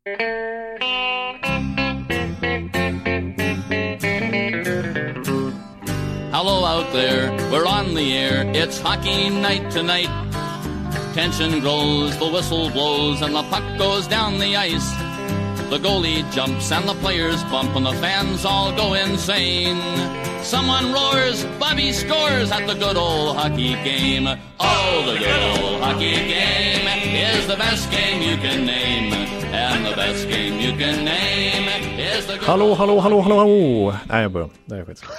Hello out there, we're on the air, it's hockey night tonight. Tension grows, the whistle blows, and the puck goes down the ice. The goalie jumps and the players bump and the fans all go insane. Someone roars, Bobby scores at the good old hockey game. Oh, the good old hockey game is the best game you can name. And the best game you can name is the good Hallå, hallå, hallå, hallå, hallå. Nej, jag börjar. Det är skit.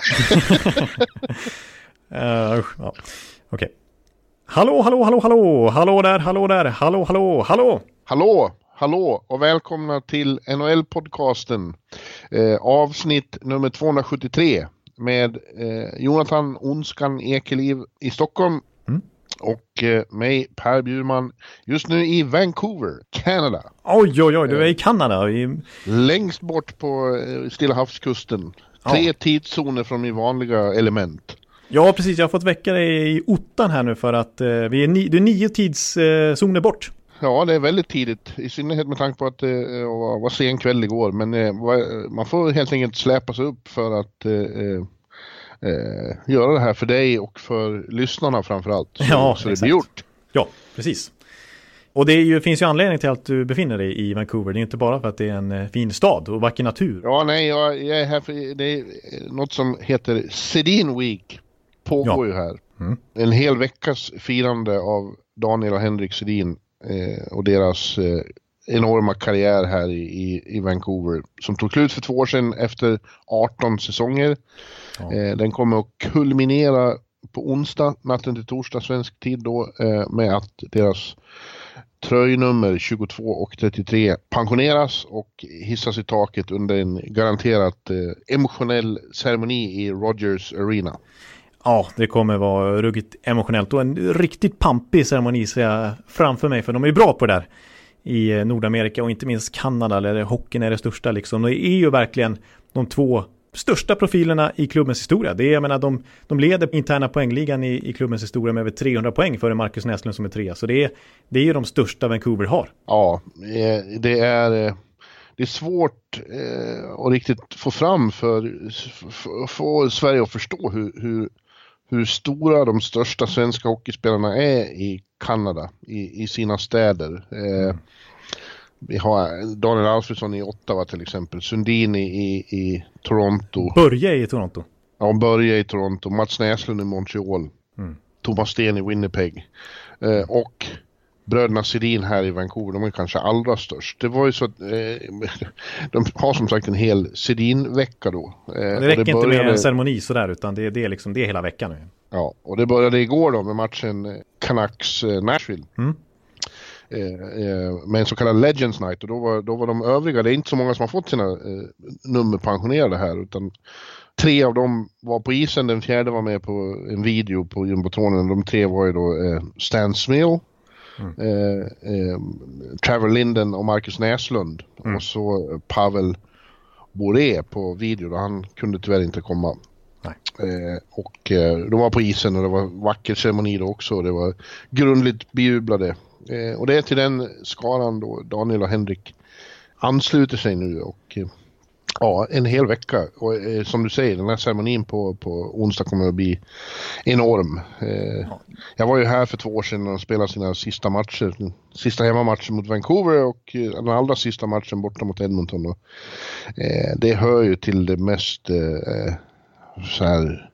Ja. Okej. Hallå, hallå, hallå, hallå. Hallå där, hallå där. Hallå, hallå, hallå. Hallå och välkomna till NHL-podcasten. Avsnitt nummer 273 med Jonathan Onskan Ekeliv i Stockholm och mig, Per Bjurman, just nu i Vancouver, Kanada. Oj, du är i Kanada. Längst bort på Stilla havskusten. 3 tidszoner från min vanliga element. Ja, precis. Jag har fått väcka dig i ottan här nu för att du är 9 tidszoner bort. Ja, det är väldigt tidigt. I synnerhet med tanke på att det var sen kväll igår. Men man får helt enkelt släpa sig upp för att göra det här för dig och för lyssnarna framförallt. Så det blir gjort. Ja, precis. Och det finns ju anledning till att du befinner dig i Vancouver. Det är inte bara för att det är en fin stad och vacker natur. Ja, nej, jag är här för det är något som heter Sedin Week. Pågår ju här. En hel veckas firande av Daniel och Henrik Sedin och deras enorma karriär här i Vancouver. Som tog slut för 2 år sedan efter 18 säsonger. Ja. Den kommer att kulminera på onsdag, natten till torsdag svensk tid då, med att deras tröjnummer 22 och 33 pensioneras och hissas i taket under en garanterat emotionell ceremoni i Rogers Arena. Ja, det kommer vara ruggigt emotionellt och en riktigt pampig ceremoni ser jag framför mig, för de är ju bra på det där i Nordamerika och inte minst Kanada, där hockeyn är det största liksom. Det är ju verkligen de 2 största profilerna i klubbens historia. Det är, jag menar, de leder interna poängligan i klubbens historia med över 300 poäng före Marcus Näslund som är 3. Så det är ju de största Vancouver har. Ja, det är svårt att riktigt få fram för Sverige att förstå hur stora de största svenska hockeyspelarna är i Kanada, i sina städer. Vi har Daniel Alfredsson i Ottawa till exempel, Sundin i Toronto. Börje i Toronto. Ja, Börje i Toronto, Mats Näslund i Montreal, Thomas Sten i Winnipeg och bröderna Sedin här i Vancouver, de är kanske allra störst. Det var ju så att de har som sagt en hel Sedin-vecka då. Det räcker inte med en ceremoni sådär, utan det är hela veckan nu. Ja, och det började igår då med matchen Canucks-Nashville. Med en så kallad Legends Night, och då var de övriga, det är inte så många som har fått sina nummer pensionerade här, utan 3 av dem var på isen, den 4:e var med på en video på jumbotronen. De 3 var ju då Stan Smith, Trevor Linden och Marcus Näslund och så Pavel Bure på video då, han kunde tyvärr inte komma. Och de var på isen och det var vacker ceremoni då också, det var grundligt bejublade. Och det är till den skaran då Daniel och Henrik ansluter sig nu, och en hel vecka. Och som du säger, den här ceremonin på onsdag kommer att bli enorm. Jag var ju här för 2 år sedan och spelade sina sista matcher, sista hemmamatchen mot Vancouver och den allra sista matchen borta mot Edmonton. Och det hör ju till det mest så här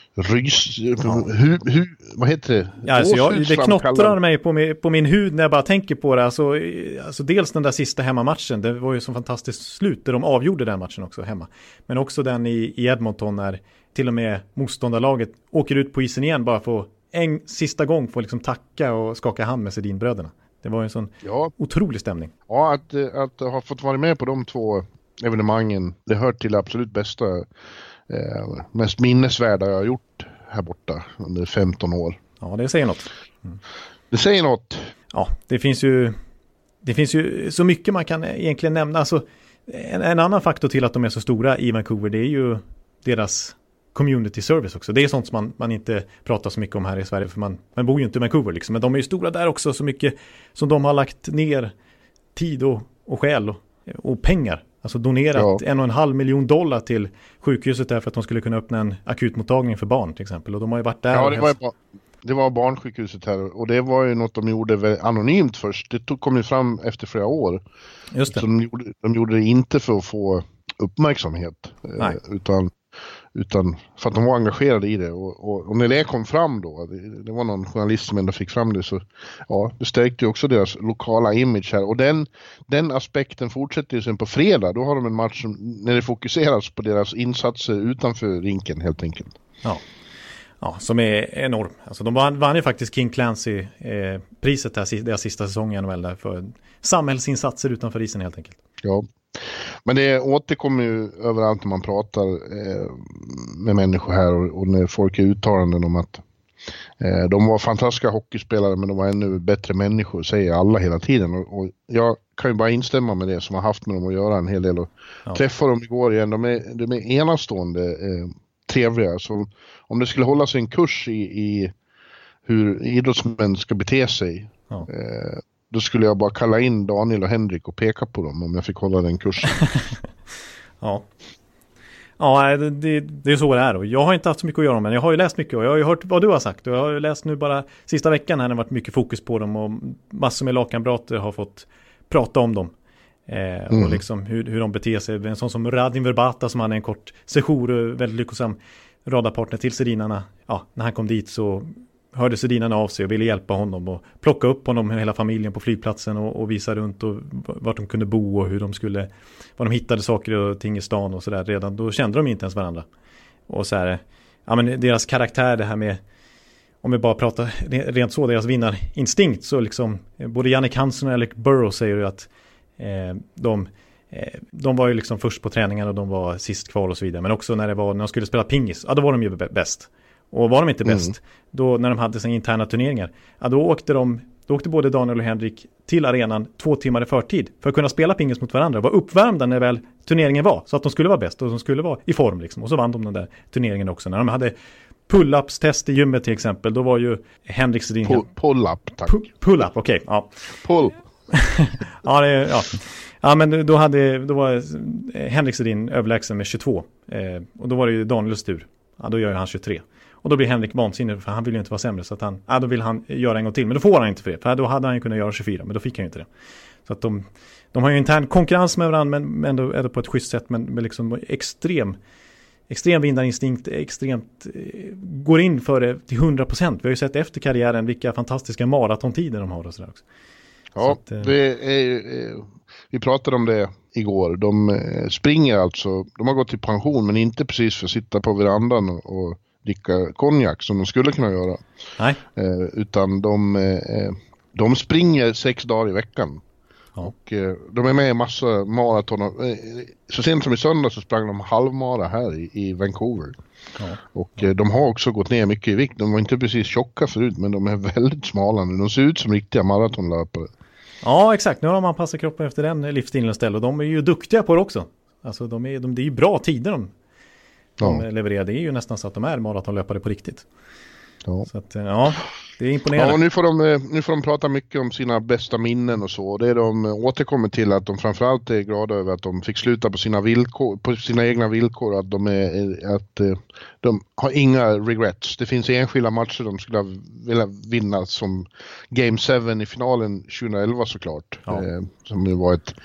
vad heter det? Ja, alltså det knottrar mig på min hud när jag bara tänker på det. Alltså dels den där sista hemmamatchen, det var ju så fantastiskt slut där de avgjorde den matchen också hemma. Men också den i Edmonton när till och med motståndarlaget åker ut på isen igen bara för en sista gång få liksom tacka och skaka hand med Sedin-bröderna. Det var en sån otrolig stämning. Ja, att ha fått vara med på de 2 evenemangen, det hör till det absolut bästa, mest minnesvärda jag har gjort här borta under 15 år. Ja, det säger något. Det säger något. Ja, det finns ju så mycket man kan egentligen nämna. Alltså, en annan faktor till att de är så stora i Vancouver, det är ju deras community service också. Det är sånt som man inte pratar så mycket om här i Sverige, för man bor ju inte i Vancouver liksom. Men de är ju stora där också, så mycket som de har lagt ner tid och själ och och pengar. Alltså donerat $1,5 miljoner till sjukhuset där för att de skulle kunna öppna en akutmottagning för barn till exempel. Och de har ju varit där. Ja, det var barnsjukhuset här och det var ju något de gjorde anonymt först. Det kom ju fram efter flera år. Just det. Så de gjorde det inte för att få uppmärksamhet utan för att de var engagerade i det och när det kom fram då, det var någon journalist som ändå fick fram det, så det stärkte ju också deras lokala image här och den aspekten fortsätter ju sen på fredag. Då har de en match när det fokuseras på deras insatser utanför rinken helt enkelt. Ja, som är enorm. Alltså de vann ju faktiskt King Clancy priset deras sista säsongen väl där för samhällsinsatser utanför isen helt enkelt. Ja. Men det återkommer ju överallt när man pratar med människor här och när folk är uttalanden om att de var fantastiska hockeyspelare men de var ännu bättre människor, säger alla hela tiden. Och jag kan ju bara instämma med det som har haft med dem att göra en hel del och träffa dem igår igen. De är enastående trevliga. Så om det skulle hålla sig en kurs i hur idrottsmän ska bete sig då skulle jag bara kalla in Daniel och Henrik och peka på dem om jag fick hålla den kursen. Ja, det är så det är. Och jag har inte haft så mycket att göra med, men jag har ju läst mycket och jag har ju hört vad du har sagt. Och jag har ju läst nu bara sista veckan här när det har varit mycket fokus på dem och massor med lagkamrater har fått prata om dem. Och liksom hur de beter sig. En sån som Radim Verbata som hade en kort sejour, väldigt lyckosam radarpartner till Sedinarna. Ja, när han kom dit så hörde Sedinarna av sig och ville hjälpa honom och plocka upp honom med hela familjen på flygplatsen och visa runt och vart de kunde bo och hur de skulle, var de hittade saker och ting i stan och sådär redan. Då kände de inte ens varandra. Och så här, ja men deras karaktär, det här med, om vi bara pratar rent så, deras vinnarinstinkt, så liksom både Jannik Hansen och Alec Burrows säger ju att de var ju liksom först på träningen och de var sist kvar och så vidare. Men också när de skulle spela pingis, då var de ju bäst. Och var de inte bäst, då när de hade sina interna turneringar, då åkte både Daniel och Henrik till arenan 2 timmar i förtid för att kunna spela pingis mot varandra och vara uppvärmda när väl turneringen var, så att de skulle vara bäst och de skulle vara i form liksom. Och så vann de den där turneringen också. När de hade pull-ups-test i gymmet till exempel, då var ju Henrik Sedin... Pull-up, tack. Pull-up, okej. Ja. Pull. Ja, men då var Henrik Sedin överlägsen med 22. Och då var det ju Daniels tur. Ja, då gör han 23. Och då blir Henrik vansinnig för han vill ju inte vara sämre. Så att då vill han göra en gång till. Men då får han inte för det. För då hade han ju kunnat göra 24. Men då fick han ju inte det. Så att de har ju intern konkurrens med varandra. Men ändå är det på ett schysst sätt. Men med liksom extrem vinnarinstinkt. Extremt går in för det till 100%. Vi har ju sett efter karriären vilka fantastiska maratontider de har och sådär också. Ja, så att, vi pratade om det igår. De springer alltså. De har gått i pension men inte precis för att sitta på verandan och dricka konjak som de skulle kunna göra. Nej. Utan de springer 6 dagar i veckan. Ja. Och de är med i massa maraton. Så sent som i söndag så sprang de halvmara här i Vancouver. Ja. Och de har också gått ner mycket i vikt. De var inte precis tjocka förut men de är väldigt smala nu. De ser ut som riktiga maratonlöpare. Ja, exakt. Nu har de anpassat kroppen efter den livsstilen istället. Och de är ju duktiga på det också. Alltså det är ju bra tider de levererar. Det är ju nästan så att de är maratonlöpare på riktigt. Ja. Så att, det är imponerande. Ja, nu får de prata mycket om sina bästa minnen och så. Det de återkommer till att de framförallt är glada över att de fick sluta på sina egna villkor. Att de har inga regrets. Det finns enskilda matcher de skulle vilja vinna, som Game 7 i finalen 2011 såklart. Ja. Som nu var ett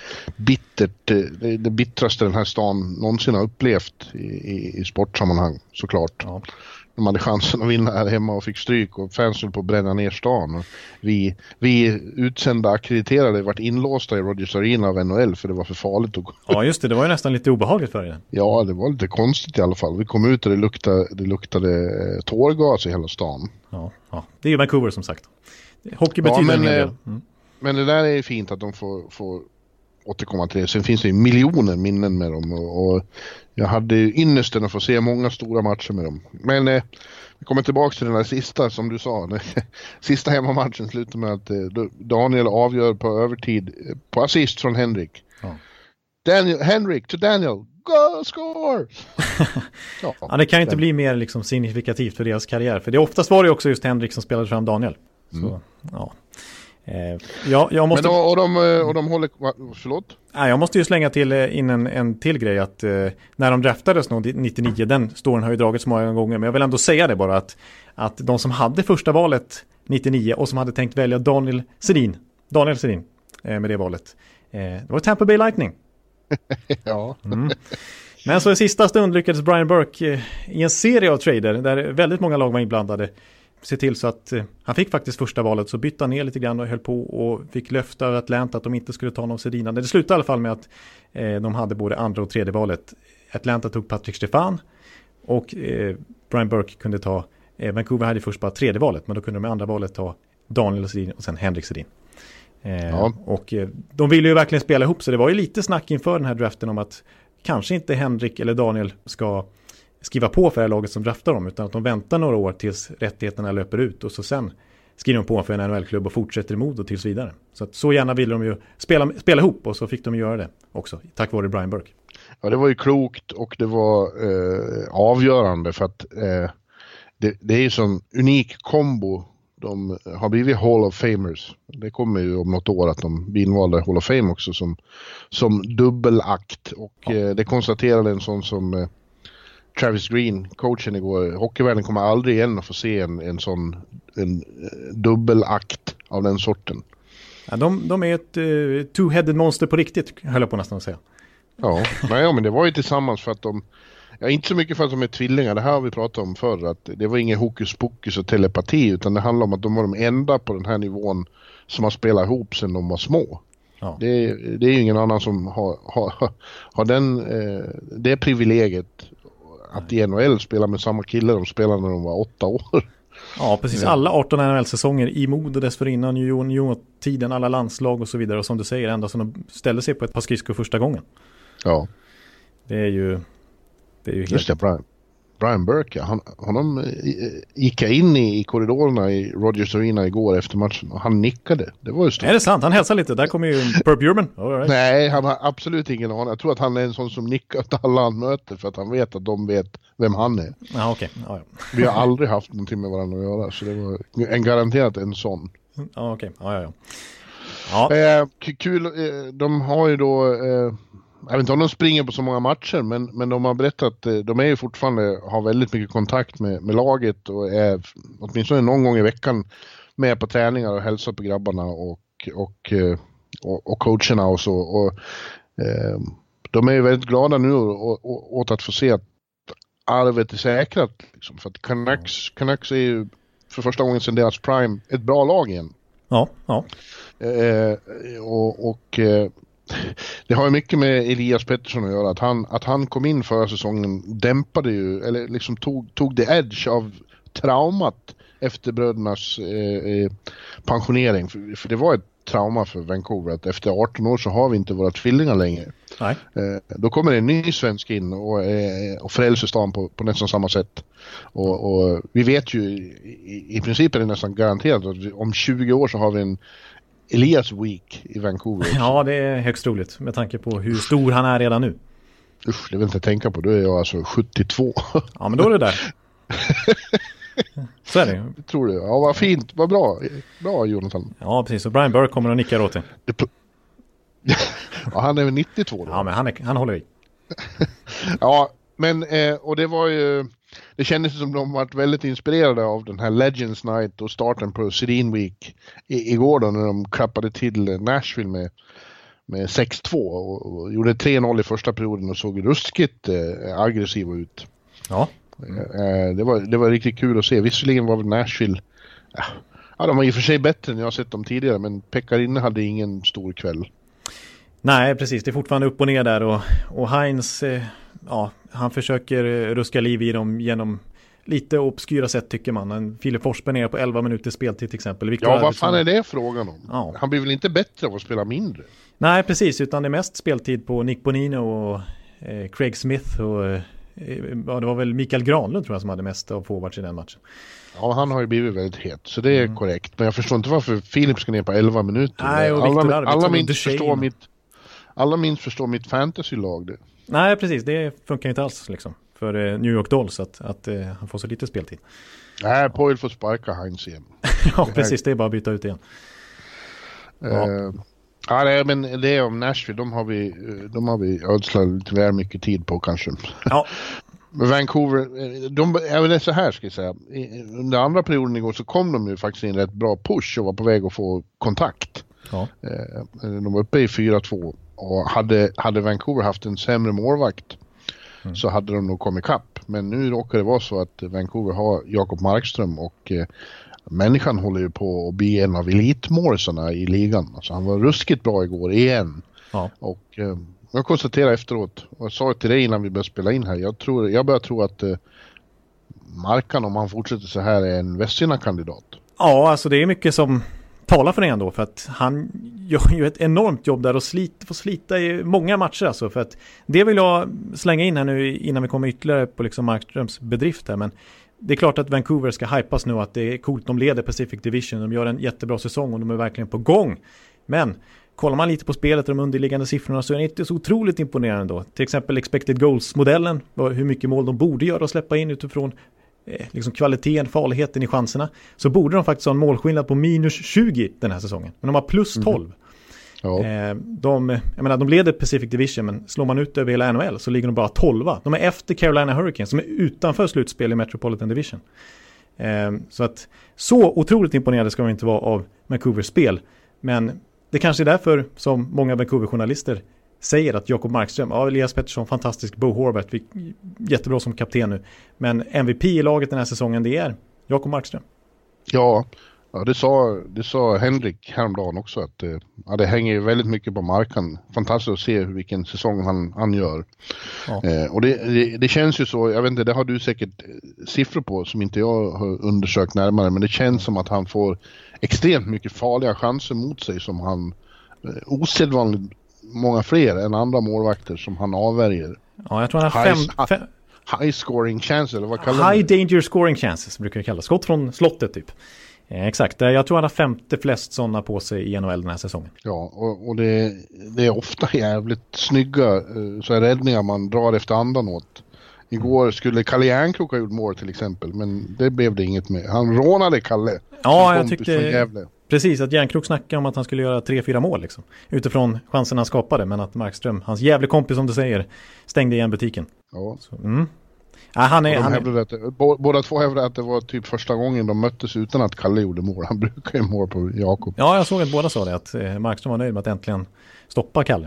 det bittraste den här stan någonsin har upplevt i sportsammanhang såklart. Ja. De hade chansen att vinna här hemma och fick stryk och fansen på att bränna ner stan. Och vi utsända akkrediterade varit inlåsta i Rogers Arena av NHL för det var för farligt att gå. Ja just det var ju nästan lite obehagligt för er. Ja, det var lite konstigt i alla fall. Vi kom ut och det luktade tårgas i hela stan. Ja, det är ju Vancouver som sagt. Hockey betyder en del. Men det där är fint att de får återkomma till det. Sen finns det ju miljoner minnen med dem och jag hade ju ynnesten att få se många stora matcher med dem. Men vi kommer tillbaka till den här sista som du sa. Sista hemmamatchen slutar med att Daniel avgör på övertid på assist från Henrik. Ja. Henrik to Daniel. Go score! Ja, det kan ju inte bli mer liksom signifikativt för deras karriär. För det oftast var det också just Henrik som spelade fram Daniel. Så, ja. Jag måste... och de håller... Förlåt? Jag måste ju slänga till in en till grej att när de draftades 99, den storyn har ju dragit så många gånger, men jag vill ändå säga det bara att de som hade första valet 99 och som hade tänkt välja Daniel Sedin med det valet, det var Tampa Bay Lightning. Ja. Men så i sista stund lyckades Brian Burke i en serie av trader där väldigt många lag var inblandade se till så att han fick faktiskt första valet, så bytte han ner lite grann och höll på och fick löfte av Atlanta att de inte skulle ta någon Sedin. Det slutade i alla fall med att de hade både andra och tredje valet. Atlanta tog Patrick Stefan och Brian Burke kunde ta Vancouver hade först bara tredje valet, men då kunde de med andra valet ta Daniel Sedin och sen Henrik Sedin. Och de ville ju verkligen spela ihop, så det var ju lite snack inför den här draften om att kanske inte Henrik eller Daniel ska skriva på för det här laget som draftar dem, utan att de väntar några år tills rättigheterna löper ut och så sen skriver de på för en NHL-klubb och fortsätter emot och tills vidare. Så gärna ville de ju spela ihop, och så fick de göra det också tack vare Brian Burke. Ja, det var ju klokt och det var avgörande för att det är ju sån unik kombo. De har blivit Hall of Famers. Det kommer ju om något år att de blir invalda i Hall of Fame också som dubbelakt. Och det konstaterade en sån som Travis Green, coachen igår. Hockeyvärlden kommer aldrig igen att få se en dubbelakt av den sorten. Ja, de är ett two-headed monster på riktigt, höll jag på nästan att säga. Ja, men det var ju tillsammans för att inte så mycket för att de är tvillingar, det här har vi pratat om förr, att det var ingen hokus pokus och telepati, utan det handlar om att de var de enda på den här nivån som har spelat ihop sedan de var små. Ja. Det är ju ingen annan som har det privilegiet att i NHL spela med samma kille de spelade när de var 8 år. Ja, precis. Alla 18 NHL-säsonger i Modo dessförinnan, junior-tiden, alla landslag och så vidare. Och som du säger, ända som de ställde sig på ett par skridskor första gången. Ja. Det är ju helt... Just det, Brian Burke, honom gick jag in i korridorerna i Rogers Arena igår efter matchen och han nickade. Det var ju stort. Är det sant? Han hälsar lite. Där kommer ju Perp Urban. Right. Nej, han har absolut ingen aning. Jag tror att han är en sån som nickar åt alla han möter för att han vet att de vet vem han är. Ja, okej. Ja. Vi har aldrig haft någonting med varandra att göra, så det var garanterat en sån. Ja, okej. Ja. Kul. De har ju då... jag vet inte om de springer på så många matcher, men de har berättat att de är ju fortfarande har väldigt mycket kontakt med laget och är åtminstone någon gång i veckan med på träningar och hälsar på grabbarna och coacherna och så. Och de är ju väldigt glada nu åt att få se att arvet är säkrat. Liksom, för att Canucks är ju för första gången sedan deras prime ett bra lag igen. Ja. Det har ju mycket med Elias Pettersson att göra. Att han kom in förra säsongen dämpade ju, eller liksom tog the edge av traumat efter brödernas pensionering. För det var ett trauma för Vancouver att efter 18 år så har vi inte våra tvillingar längre. Nej. Då kommer en ny svensk in och frälser stan på nästan samma sätt. Och vi vet ju i princip är det nästan garanterat att om 20 år så har vi en Elias Week i Vancouver. Ja, det är högst troligt med tanke på hur stor han är redan nu. Usch, det vill inte tänka på. Då är jag alltså 72. Ja, men då är det där. Så är det. Jag tror det. Ja, vad fint. Vad bra. Bra, Jonathan. Ja, precis. Och Brian Burke kommer att nicka åt det. Ja, han är väl 92 då. Ja, men han håller i. Ja, men och det var ju... Det kändes som de varit väldigt inspirerade av den här Legends Night och starten på Sedin Week igår då när de klappade till Nashville med 6-2 och gjorde 3-0 i första perioden och såg ruskigt aggressiva ut. Ja. Det var riktigt kul att se. Visserligen var väl Nashville... Ja, de var i och för sig bättre än jag har sett dem tidigare, men Pekkarinen hade ingen stor kväll. Nej, precis. Det är fortfarande upp och ner där och Heinz... han försöker ruska liv i dem genom lite obskyra sätt tycker man. Filip Forsberg ner på 11 minuter speltid till exempel. Vad fan är det frågan om? Ja. Han blir väl inte bättre av att spela mindre? Nej, precis. Utan det är mest speltid på Nick Bonino och Craig Smith och det var väl Mikael Granlund tror jag som hade mest av forwards i den matchen. Ja, han har ju blivit väldigt het, så det är korrekt. Men jag förstår inte varför Filip ska ner på 11 minuter. Nej, och alla minst förstår mitt fantasylag det. Nej, precis. Det funkar inte alls liksom. För New York Dolls att han får så lite speltid. Nej, Poil får sparka Heinz igen. Ja, precis. Det är bara att byta ut igen. Nej, men det är om Nashville, de har vi ödslat lite väl mycket tid på kanske. Ja. Men Vancouver, det är så här ska jag säga. Under andra perioden igår så kom de ju faktiskt in rätt bra push och var på väg att få kontakt. Ja. De var uppe i 4-2 och hade Vancouver haft en sämre målvakt så hade de nog kommit kapp. Men nu råkar det vara så att Vancouver har Jakob Markström och människan håller ju på att bli en av elitmålsarna i ligan. Alltså han var ruskigt bra igår igen. Ja. Och jag konstaterar efteråt, och jag sa till dig innan vi började spela in här, jag börjar tro att Markan, om han fortsätter så här, är en Vezina-kandidat. Ja, alltså det är mycket som talar för det ändå, för att han gör ju ett enormt jobb där och får slita i många matcher alltså, för att det vill jag slänga in här nu innan vi kommer ytterligare på liksom Markströms bedrift här, men det är klart att Vancouver ska hypas nu, att det är coolt, de leder Pacific Division, de gör en jättebra säsong och de är verkligen på gång, men kollar man lite på spelet och de underliggande siffrorna så är det inte så otroligt imponerande då. Till exempel expected goals-modellen, hur mycket mål de bborde göra och släppa in utifrån liksom kvaliteten, farligheten i chanserna, så borde de faktiskt ha en målskillnad på -20 den här säsongen. Men de har +12. Ja. De leder Pacific Division, men slår man ut över hela NHL så ligger de bara 12. De är efter Carolina Hurricanes som är utanför slutspel i Metropolitan Division. Så otroligt imponerade ska de inte vara av Vancouvers spel. Men det kanske är därför som många Vancouver-journalister säger att Jakob Markström, Elias Pettersson, fantastisk, Bo Horvath, jättebra som kapten nu. Men MVP i laget den här säsongen, det är Jakob Markström. Ja, det sa Henrik häromdagen också, att det hänger väldigt mycket på Markan. Fantastiskt att se vilken säsong han gör. Ja. Och det känns ju så, jag vet inte, det har du säkert siffror på som inte jag har undersökt närmare, men det känns som att han får extremt mycket farliga chanser mot sig som han osedvanligt många fler än andra målvakter som han avvärjer. Ja, jag tror han har high scoring chances, eller vad kallar high danger scoring chances brukar det kallas. Skott från slottet typ. Exakt, jag tror han har 50 flest sådana på sig i NHL den här säsongen. Ja, och det är ofta jävligt snygga så här räddningar man drar efter andan åt. Igår skulle Kalle Järnkrok ha gjort mål till exempel, men det blev det inget med. Han rånade Kalle. Ja, jag tyckte precis att Järnkrok snackade om att han skulle göra 3-4 mål liksom, utifrån chansen han skapade, men att Markström, hans jävla kompis som du säger, stängde igen butiken. Ja. Så, båda två hävdade att det var typ första gången de möttes utan att Kalle gjorde mål. Han brukar ju mål på Jakob. Ja, jag såg att båda sa det, att Markström var nöjd med att äntligen stoppa Kalle.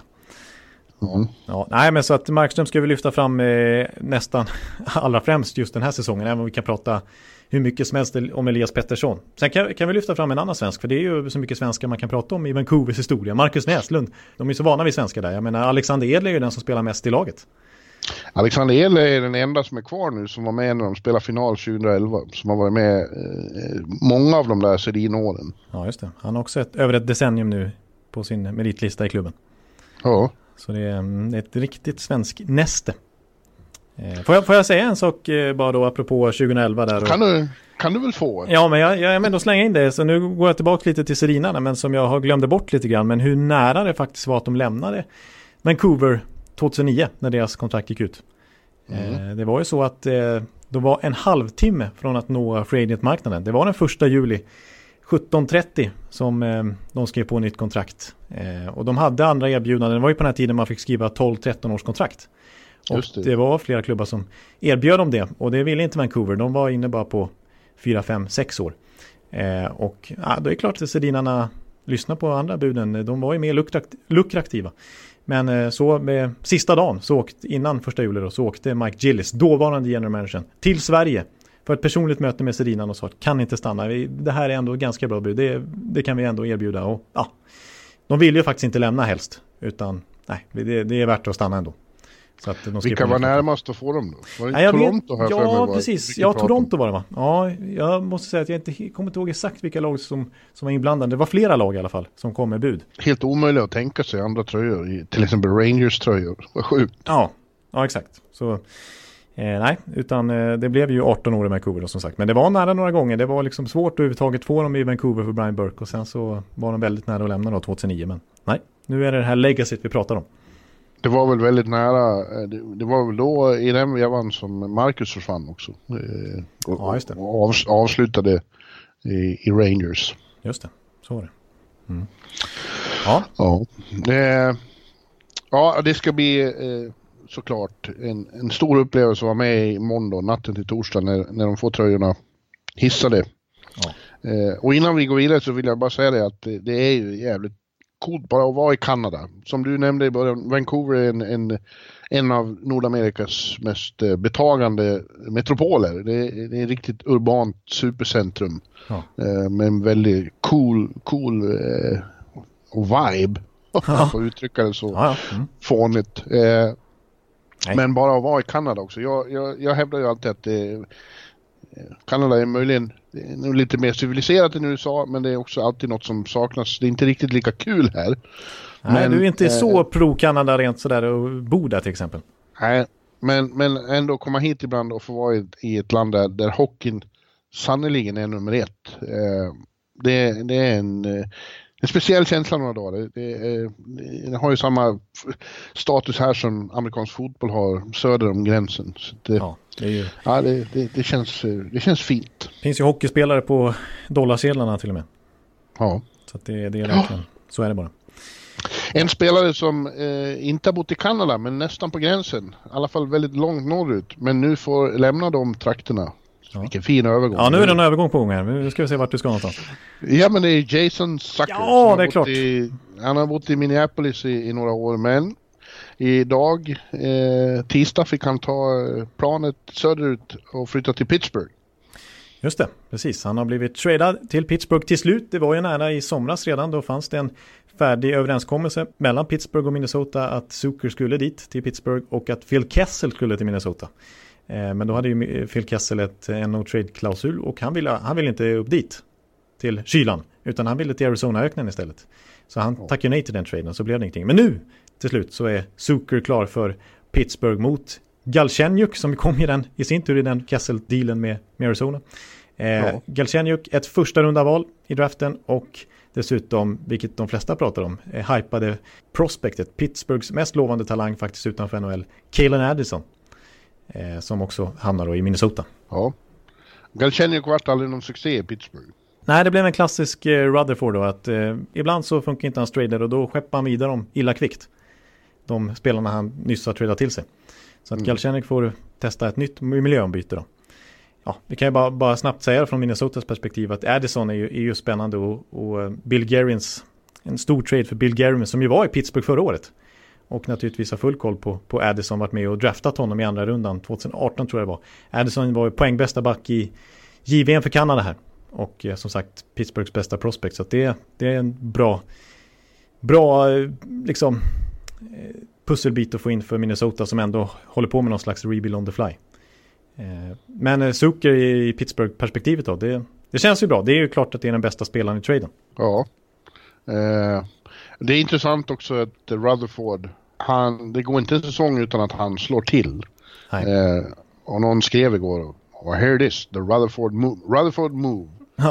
Ja, nej, men så att Markström ska vi lyfta fram nästan allra främst just den här säsongen, även om vi kan prata hur mycket som helst om Elias Pettersson. Sen kan vi lyfta fram en annan svensk, för det är ju så mycket svenskar man kan prata om i Vancouvers historia. Marcus Näslund, de är så vana vid svenskar där. Jag menar, Alexander Edler är ju den som spelar mest i laget. Alexander Edler är den enda som är kvar nu, som var med när de spelade final 2011, som har varit med många av de där Sedin-åren. Ja, just det. Han har också över ett decennium nu på sin meritlista i klubben. Ja. Så det är ett riktigt svensk näste. Får jag säga en sak bara då apropå 2011 där? Kan du väl få? Ja, men jag ändå slänga in det. Så nu går jag tillbaka lite till Sedinarna, men som jag har glömde bort lite grann. Men hur nära det faktiskt var att de lämnade Vancouver 2009 när deras kontrakt gick ut. Det var ju så att det var en halvtimme från att nå free agent-marknaden. Det var den 1 juli 17:30 som de skrev på nytt kontrakt. Och de hade andra erbjudanden. Det var ju på den här tiden man fick skriva 12-13 års kontrakt. Och det var flera klubbar som erbjöd dem det. Och det ville inte Vancouver. De var inne bara på 4, 5, 6 år. Och då är det klart att Sedinarna lyssnar på andra buden. De var ju mer lukrativa. Men så med sista dagen, innan 1 juli då, så åkte Mike Gillis, dåvarande general manager, till Sverige för ett personligt möte med Sedinarna och sa att kan inte stanna. Det här är ändå ganska bra bud. Det kan vi ändå erbjuda. Och de vill ju faktiskt inte lämna helst. Utan det är värt att stanna ändå. Så att vilka var närmast att få dem då? Var det Toronto här? Ja, precis. Ja, Toronto var det, va? Ja, jag måste säga att jag inte kommer inte ihåg exakt vilka lag som var inblandade. Det var flera lag i alla fall som kom med bud. Helt omöjligt att tänka sig andra tröjor. Till exempel Rangers tröjor. Vad sjukt. Ja, exakt. Så nej, utan det blev ju 18 år i Vancouver då, som sagt. Men det var nära några gånger. Det var liksom svårt att överhuvudtaget få dem i Vancouver för Brian Burke. Och sen så var de väldigt nära att lämna då 2009. Men nej, nu är det här legacyt vi pratar om. Det var väl väldigt nära. Det var väl då i den vevan som Marcus försvann också. Ja, just det. Och avslutade i Rangers. Just det, så var det. Ja, det ska bli såklart en stor upplevelse att vara med i måndag, natten till torsdag när de får tröjorna hissade. Ja. Och innan vi går vidare så vill jag bara säga det att det är ju jävligt coolt bara att vara i Kanada. Som du nämnde i början, Vancouver är en av Nordamerikas mest betagande metropoler. Det är ett riktigt urbant supercentrum med en väldigt cool vibe. Jag får uttrycka det så fånigt. Men bara att vara i Kanada också. Jag hävdar ju alltid att Kanada är möjligen lite mer civiliserat än USA, men det är också alltid något som saknas. Det är inte riktigt lika kul här. Nej, du är inte så pro-Kanada rent sådär och bo där till exempel. Nej, men ändå komma hit ibland och få vara i ett land där hockeyn sannoliken är nummer 1. Det är en speciell känsla några dagar. Det har ju samma status här som amerikansk fotboll har söder om gränsen. Så det känns fint. Det finns ju hockeyspelare på dollarsedlarna till och med. Ja. Så att det är verkligen, så är det bara. En spelare som inte har bott i Kanada men nästan på gränsen, i alla fall väldigt långt norrut, men nu får lämna de trakterna. Ja. Vilken fin övergång. Ja, nu är det en övergång på gång här. Nu ska vi se vart du ska någonstans. Ja, men det är Jason Zucker. Ja, det är klart. Han har bott i Minneapolis i några år, men idag, tisdag, fick han ta planet söderut och flytta till Pittsburgh. Just det, precis. Han har blivit tradad till Pittsburgh till slut. Det var ju nära i somras redan. Då fanns det en färdig överenskommelse mellan Pittsburgh och Minnesota att Zucker skulle dit till Pittsburgh och att Phil Kessel skulle till Minnesota. Men då hade ju Phil Kessel en no-trade-klausul och han ville inte upp dit till kylan, utan han ville till Arizona-öknen istället. Så han tackade nej till den traden, så blev det ingenting. Men nu, till slut, så är Zucker klar för Pittsburgh mot Galchenyuk som kom i sin tur i den Kessel-dealen med Arizona. Galchenyuk, ett första runda val i draften och dessutom, vilket de flesta pratar om, hypade prospectet, Pittsburghs mest lovande talang faktiskt utanför NHL, Calen Addison. Som också hamnar då i Minnesota. Ja. Galchenyuk vart aldrig någon succé i Pittsburgh. Nej, det blev en klassisk Rutherford då. Att ibland så funkar inte hans trader och då skeppar han vidare dem illa kvickt. De spelarna han nyss har tradat till sig. Så att Galchenyuk får testa ett nytt miljöombyte då. Ja, vi kan ju bara snabbt säga från Minnesotas perspektiv att Addison är ju spännande och Bill Guerins, en stor trade för Bill Guerin som ju var i Pittsburgh förra året. Och naturligtvis har full koll på Addison, varit med och draftat honom i andra rundan 2018 tror jag det var. Addison var poängbästa back i JVM för Kanada här. Och som sagt Pittsburghs bästa prospect. Så att det är en bra liksom, pusselbit att få in för Minnesota som ändå håller på med någon slags rebuild on the fly. Men Zucker i Pittsburgh-perspektivet då, det känns ju bra. Det är ju klart att det är den bästa spelaren i traden. Ja. Det är intressant också att Rutherford, det går inte en säsong utan att han slår till. Och någon skrev igår, here it is, the Rutherford move.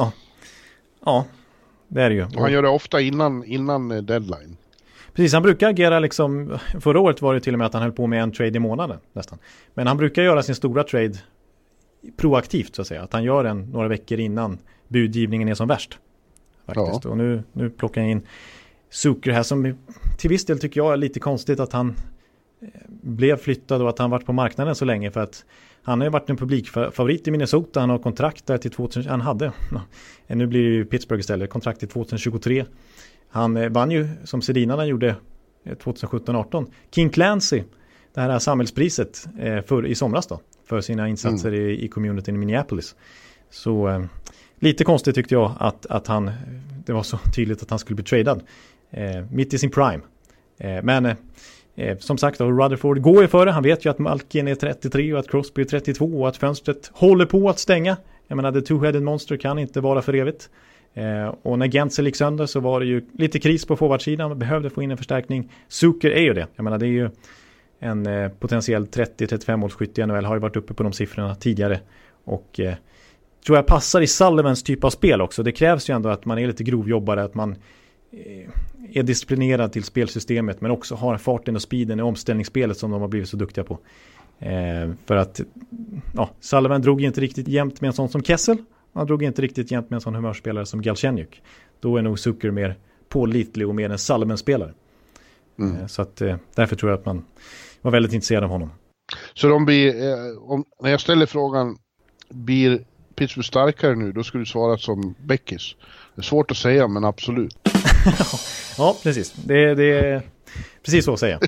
Ja, det är det ju. Och han gör det ofta innan deadline. Precis, han brukar agera liksom, förra året var det till och med att han höll på med en trade i månaden nästan. Men han brukar göra sin stora trade proaktivt så att säga. Att han gör den några veckor innan budgivningen är som värst. Faktiskt. Ja. Och nu plockar jag in Zucker här som till viss del tycker jag är lite konstigt att han blev flyttad och att han varit på marknaden så länge, för att han har ju varit en publikfavorit i Minnesota. Han har kontrakt där till 2000, han hade. Nu blir det Pittsburgh istället, kontrakt till 2023. Han vann ju, som Sedinarna gjorde 2017-18, King Clancy, det här samhällspriset i somras då, för sina insatser i communityn i Minneapolis. Så lite konstigt tyckte jag att han, det var så tydligt att han skulle bli tradad mitt i sin prime. Men som sagt då, Rutherford går ju före. Han vet ju att Malkin är 33 och att Crosby är 32 och att fönstret håller på att stänga. Jag menar, the two-headed monster kan inte vara för evigt. Och när Gensel gick sönder så var det ju lite kris på forwardsidan. Man behövde få in en förstärkning. Zucker är ju det. Jag menar, det är ju en potentiell 30-35 målskytt i NHL. Har ju varit uppe på de siffrorna tidigare. Och tror jag passar i Sullivans typ av spel också. Det krävs ju ändå att man är lite grovjobbare, att man är disciplinerad till spelsystemet, men också har farten och speeden i omställningsspelet som de har blivit så duktiga på. För att Sullivan drog inte riktigt jämnt med en sån som Kessel. Han drog inte riktigt jämnt med en sån humörspelare som Galchenyuk. Då är nog Zucker mer pålitlig och mer en Salmen-spelare. Så att därför tror jag att man var väldigt intresserad av honom. Så de blir, när jag ställer frågan, blir Pittsburgh starkare nu, då skulle du svara som Beckis. Det är svårt att säga, men absolut. Ja, precis. Det är precis så att säga.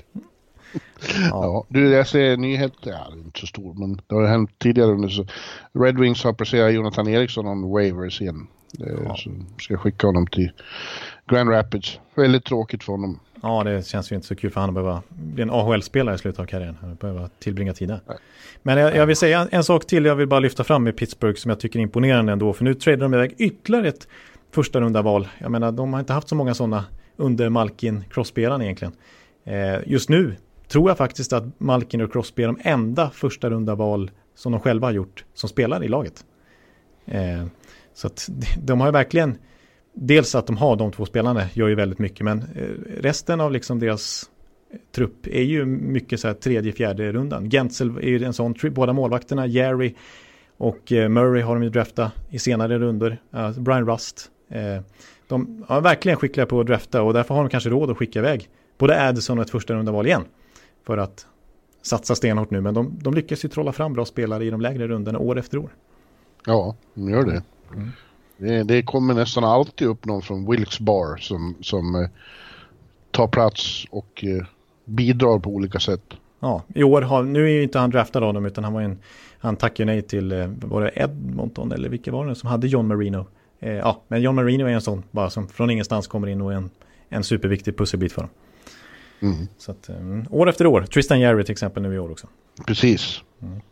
Ja, jag ser nyheter, det är inte så stor, men det har hänt tidigare under så Red Wings har placerat Jonathan Eriksson on waivers igen. Så ska jag skicka honom till Grand Rapids. Väldigt tråkigt för honom. Ja, det känns ju inte så kul för han att behöva bli en AHL-spelare i slutet av karriären. Han behöver tillbringa tid där. Men jag vill säga en sak till jag vill bara lyfta fram med Pittsburgh som jag tycker är imponerande ändå. För nu tradar de iväg ytterligare ett första runda val. Jag menar, de har inte haft så många sådana under Malkin Crosby-spelaren egentligen. Just nu tror jag faktiskt att Malkin och Crosby är de enda första runda val som de själva har gjort som spelar i laget. Så att de har ju verkligen, dels att de har de två spelarna gör ju väldigt mycket, men resten av liksom deras trupp är ju mycket så här tredje, fjärde rundan. Gentzel är ju en sån, båda målvakterna, Jerry och Murray har de ju draftat i senare runder. Brian Rust. De är verkligen skickliga på att drafta och därför har de kanske råd att skicka iväg både Addison och ett första runda val igen för att satsa stenhårt nu, men de lyckas ju trolla fram bra spelare i de lägre rundorna år efter år. Ja, de gör det. Det kommer nästan alltid upp någon från Wilkes-Barre som tar plats och bidrar på olika sätt. Ja, i år nu är ju inte han draftad av dem utan han tackade nej till var det Edmonton eller vilka var det som hade John Marino. Men John Marino är en sån bara som från ingenstans kommer in och är en superviktig pusselbit för dem. Så att, år efter år. Tristan Jarry till exempel nu i år också. Precis.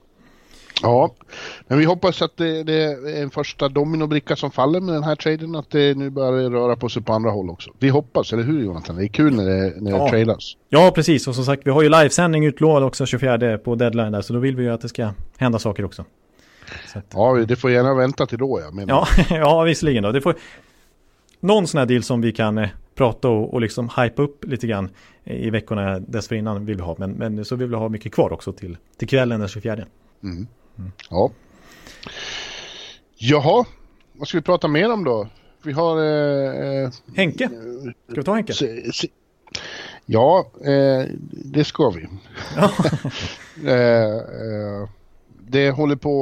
Ja, men vi hoppas att det är en första dominobricka som faller med den här traden, att det nu börjar röra på sig på andra håll också. Vi hoppas, eller hur Jonathan? Det är kul när det tradas. Ja, precis. Och som sagt, vi har ju livesändning utlovad också 24 på deadline där, så då vill vi ju att det ska hända saker också. Så att, ja, det får gärna vänta till då, jag menar. Ja, visserligen då. Det får någon sån här deal som vi kan prata och liksom hype upp lite grann i veckorna dessförinnan vill vi ha. Men så vill vi ha mycket kvar också till kvällen den 24. Ja. Jaha, vad ska vi prata mer om då? Vi har Henke. Ska vi ta Henke? Ja, det ska vi. Det håller på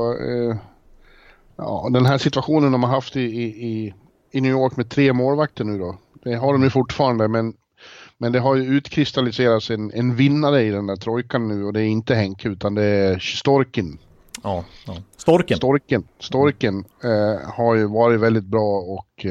och den här situationen de har haft i New York med 3 målvakter nu då. Det har de ju fortfarande, men det har ju utkristalliserats en vinnare i den där trojkan nu, och det är inte Henke utan det är Storken. Ja. Storken har ju varit väldigt bra och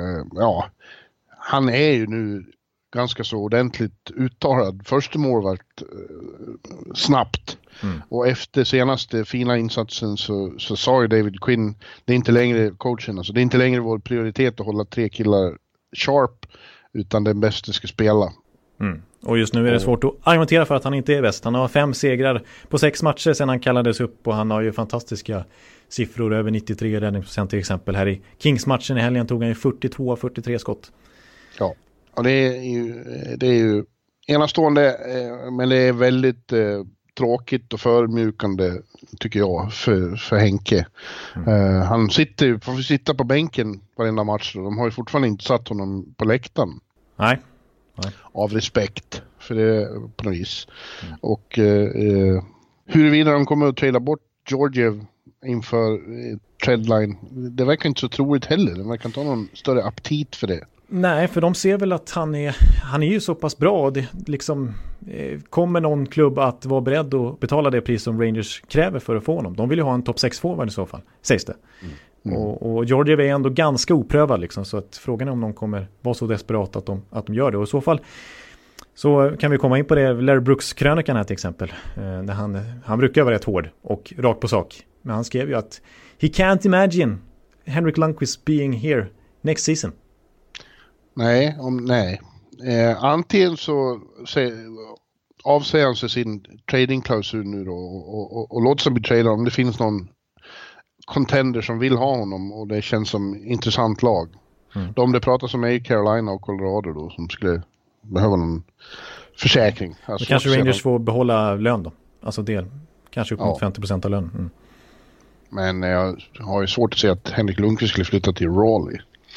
han är ju nu ganska så ordentligt uttalad första målvakt snabbt. Och efter senaste fina insatsen så sa ju David Quinn, det är inte längre coachen, alltså det är inte längre vår prioritet att hålla 3 killar sharp, utan den bästa ska spela. Och just nu är det svårt att argumentera för att han inte är bäst. Han har 5 segrar på 6 matcher sedan han kallades upp, och han har ju fantastiska siffror, över 93 räddningsprocent till exempel. Här i Kings-matchen i helgen tog han ju 42 av 43 skott. Ja, och det är ju enastående, men det är väldigt tråkigt och förmjukande tycker jag för Henke. Han får sitta på bänken varenda match, och de har ju fortfarande inte satt honom på läktaren. Nej. Av respekt för det på något vis. Och huruvida de kommer att trada bort Georgiev inför Treadline, det verkar inte så troligt heller. De verkar inte ha någon större aptit för det. Nej, för de ser väl att han är ju så pass bra, och det liksom kommer någon klubb att vara beredd att betala det pris som Rangers kräver för att få honom. De vill ju ha en topp 6-forward i så fall, sägs det. Och Georgiev är ändå ganska oprövad liksom, så att frågan är om de kommer vara så desperat att de gör det. Och i så fall så kan vi komma in på det, Larry Brooks-krönikan här till exempel, där han brukar vara rätt hård och rakt på sak. Men han skrev ju att he can't imagine Henrik Lundqvist being here next season. Nej. Antingen så avsäger han sig sin tradingklausul nu då och låter sig bli tradad om det finns någon contender som vill ha honom och det känns som intressant lag. De det pratas om är Carolina och Colorado då, som skulle behöva någon försäkring. Alltså, kanske Rangers får behålla lön då. Alltså del, kanske upp mot 50% av lön. Men jag har ju svårt att se att Henrik Lundqvist skulle flytta till Raleigh.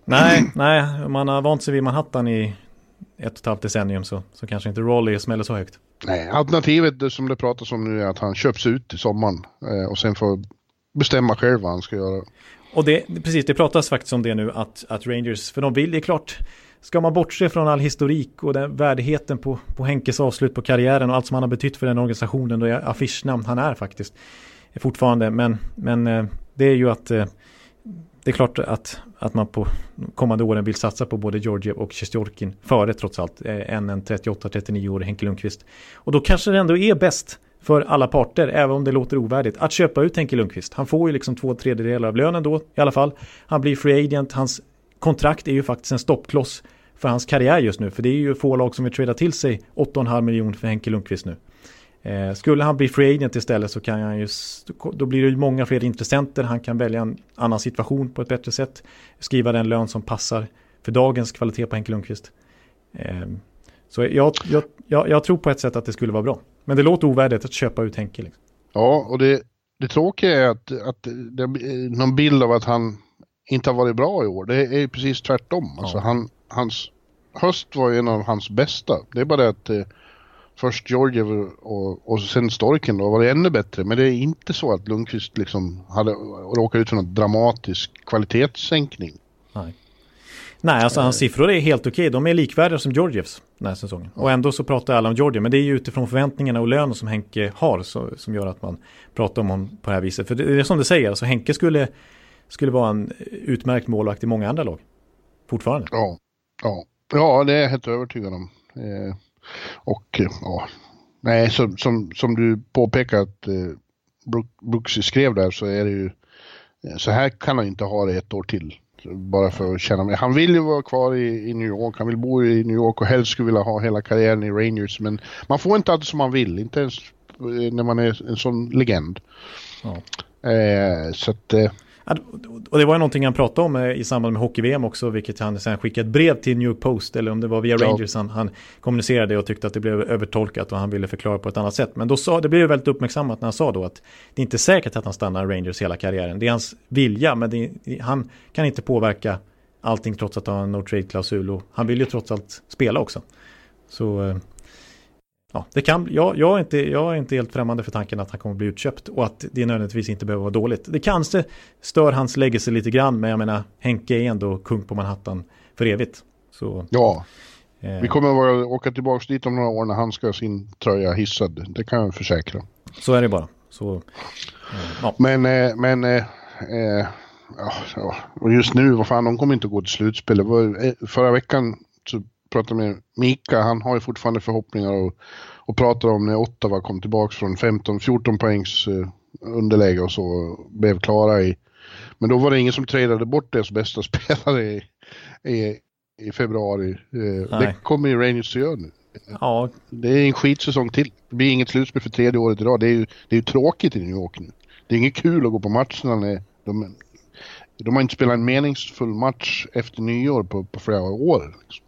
Nej, man har vant sig vid Manhattan i 1,5 decennium så kanske inte Raleigh smäller så högt. Nej, alternativet som det pratas om nu är att han köps ut i sommaren och sen får bestämma själv vad han ska göra. Och det pratas faktiskt om det nu att Rangers, för de vill, det är klart, ska man bortse från all historik och den värdigheten på Henkes avslut på karriären och allt som han har betytt för den organisationen, då är affischnamn han är faktiskt fortfarande, men det är ju att det är klart att man på kommande åren vill satsa på både Georgiev och Sjestjorkin före trots allt än en 38-39-årig Henke Lundqvist. Och då kanske det ändå är bäst för alla parter, även om det låter ovärdigt, att köpa ut Henke Lundqvist. Han får ju liksom 2/3 av lönen då i alla fall. Han blir free agent, hans kontrakt är ju faktiskt en stoppkloss för hans karriär just nu. För det är ju få lag som vill trada till sig 8,5 miljoner för Henke Lundqvist nu. Skulle han bli free agent istället så kan han då blir det ju många fler intressenter. Han kan välja en annan situation på ett bättre sätt. Skriva den lön som passar för dagens kvalitet på Henke Lundqvist. Så jag tror på ett sätt att det skulle vara bra. Men det låter ovärdigt att köpa ut Henke. Liksom. Ja, och det tråkiga är att det är någon bild av att han inte har varit bra i år. Det är precis tvärtom. Ja. Alltså hans höst var en av hans bästa. Det är bara det att först Georgiev och sen Storken då var det ännu bättre. Men det är inte så att Lundqvist liksom hade råkat ut för någon dramatisk kvalitetssänkning. Nej, alltså hans siffror är helt okej. De är likvärdiga som Georgievs den här säsongen. Ja. Och ändå så pratar alla om Georgiev. Men det är ju utifrån förväntningarna och lönen som Henke har som gör att man pratar om honom på det här viset. För det är som du säger, alltså Henke skulle vara en utmärkt målvakt i många andra lag. Fortfarande. Ja, det är jag helt övertygad om. Nej, som du påpekar att Brooks skrev där, så är det ju så här kan han inte ha det ett år till. Bara för att känna mig. Han vill ju vara kvar i New York. Han vill bo i New York och helst skulle vilja ha hela karriären i Rangers. Men man får inte alltid som man vill. Inte ens när man är en sån legend. Ja. Så att... Och det var ju någonting han pratade om i samband med hockey-VM också, vilket han sen skickade ett brev till New York Post, eller om det var via Rangers han kommunicerade och tyckte att det blev övertolkat och han ville förklara på ett annat sätt. Men då det blev väldigt uppmärksammat när han sa då att det är inte säkert att han stannar Rangers hela karriären. Det är hans vilja, men han kan inte påverka allting trots att han har en no-trade-klausul, och han vill ju trots allt spela också. Så... Ja, det kan, jag är inte helt främmande för tanken att han kommer bli utköpt och att det nödvändigtvis inte behöver vara dåligt. Det kanske stör hans legacy lite grann, men jag menar, Henke är ändå kung på Manhattan för evigt. Så, ja, vi kommer att åka tillbaka dit om några år när han ska ha sin tröja hissad. Det kan jag försäkra. Så är det bara. Så, ja. Och just nu, vad fan, de kommer inte att gå till slutspel. Förra veckan så pratade med Mika, han har ju fortfarande förhoppningar och pratar om när Ottawa kom tillbaka från 15-14 poängs underläge och så blev klara i. Men då var det ingen som tradade bort deras bästa spelare i februari. Det kommer ju Rangers att göra nu. Ja. Det är en skitsäsong till. Det blir inget slutspel för 3:e året idag. Det är ju tråkigt i New York nu. Det är inget kul att gå på matcherna när de har inte spelat en meningsfull match efter nyår på flera år. Liksom.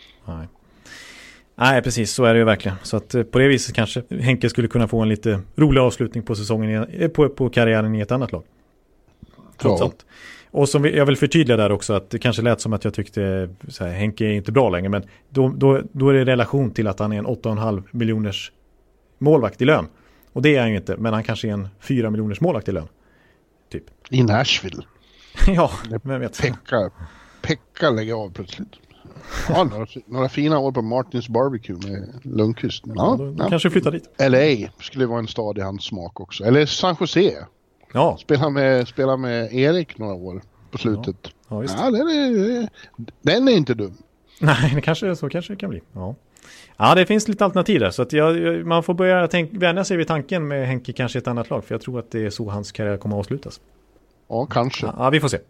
Nej, precis, så är det ju verkligen. Så att på det viset kanske Henke skulle kunna få en lite rolig avslutning på säsongen på karriären i ett annat lag. Trots allt. Och som jag vill förtydliga där också, att det kanske lät som att jag tyckte så här, Henke är inte bra längre, men då är det i relation till att han är en 8,5 miljoners målvakt i lön. Och det är han ju inte, men han kanske är en 4 miljoners målvakt i lön. Typ. I Nashville. Ja, men vet. Pekka lägger av plötsligt. Ja, några fina år på Martins Barbecue med Lundqvist. Ja, då kanske flyttar dit. LA skulle vara en stad i hans smak också. Eller San Jose. Ja. Spela med Erik några år på slutet. Ja, just det. Ja, den är inte dum. Nej, så kanske det kan bli. Ja, det finns lite alternativ där. Så att man får börja vänja sig vid tanken med Henke kanske ett annat lag. För jag tror att det är så hans karriär kommer att avslutas. Ja, kanske. Ja, vi får se.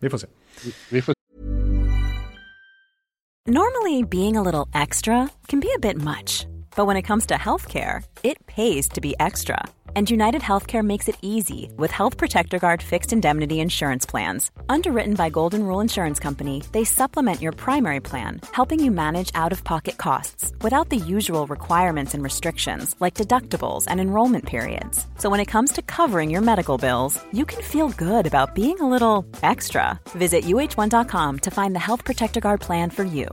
Normally, being a little extra can be a bit much. But when it comes to healthcare, it pays to be extra. And United Healthcare makes it easy with Health Protector Guard fixed indemnity insurance plans. Underwritten by Golden Rule Insurance Company, they supplement your primary plan, helping you manage out-of-pocket costs without the usual requirements and restrictions like deductibles and enrollment periods. So when it comes to covering your medical bills, you can feel good about being a little extra. Visit uh1.com to find the Health Protector Guard plan for you.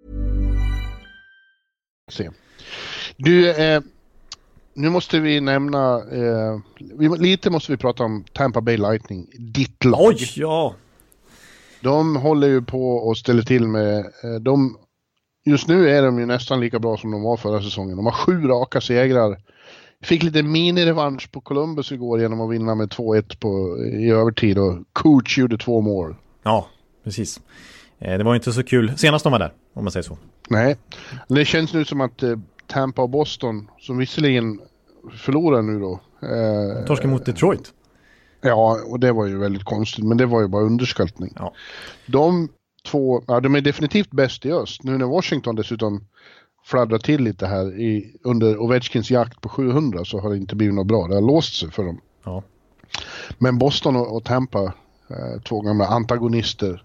Du, nu måste vi nämna, lite måste vi prata om Tampa Bay Lightning, ditt lag. Oj, ja. De håller ju på och ställer till med, just nu är de ju nästan lika bra som de var förra säsongen. De har 7 raka segrar. Fick lite mini-revansch på Columbus igår genom att vinna med 2-1 i övertid och Coach gjorde 2 mål. Ja, precis. Det var inte så kul senast de var där, om man säger så. Nej, det känns nu som att Tampa och Boston, som visserligen förlorar nu då. Torskar mot Detroit. Ja, och det var ju väldigt konstigt, men det var ju bara underskattning. Ja. De två, de är definitivt bäst i öst. Nu när Washington dessutom fladdrar till lite här under Ovechkins jakt på 700 så har det inte blivit något bra. Det har låst sig för dem. Ja. Men Boston och Tampa, 2 gamla antagonister,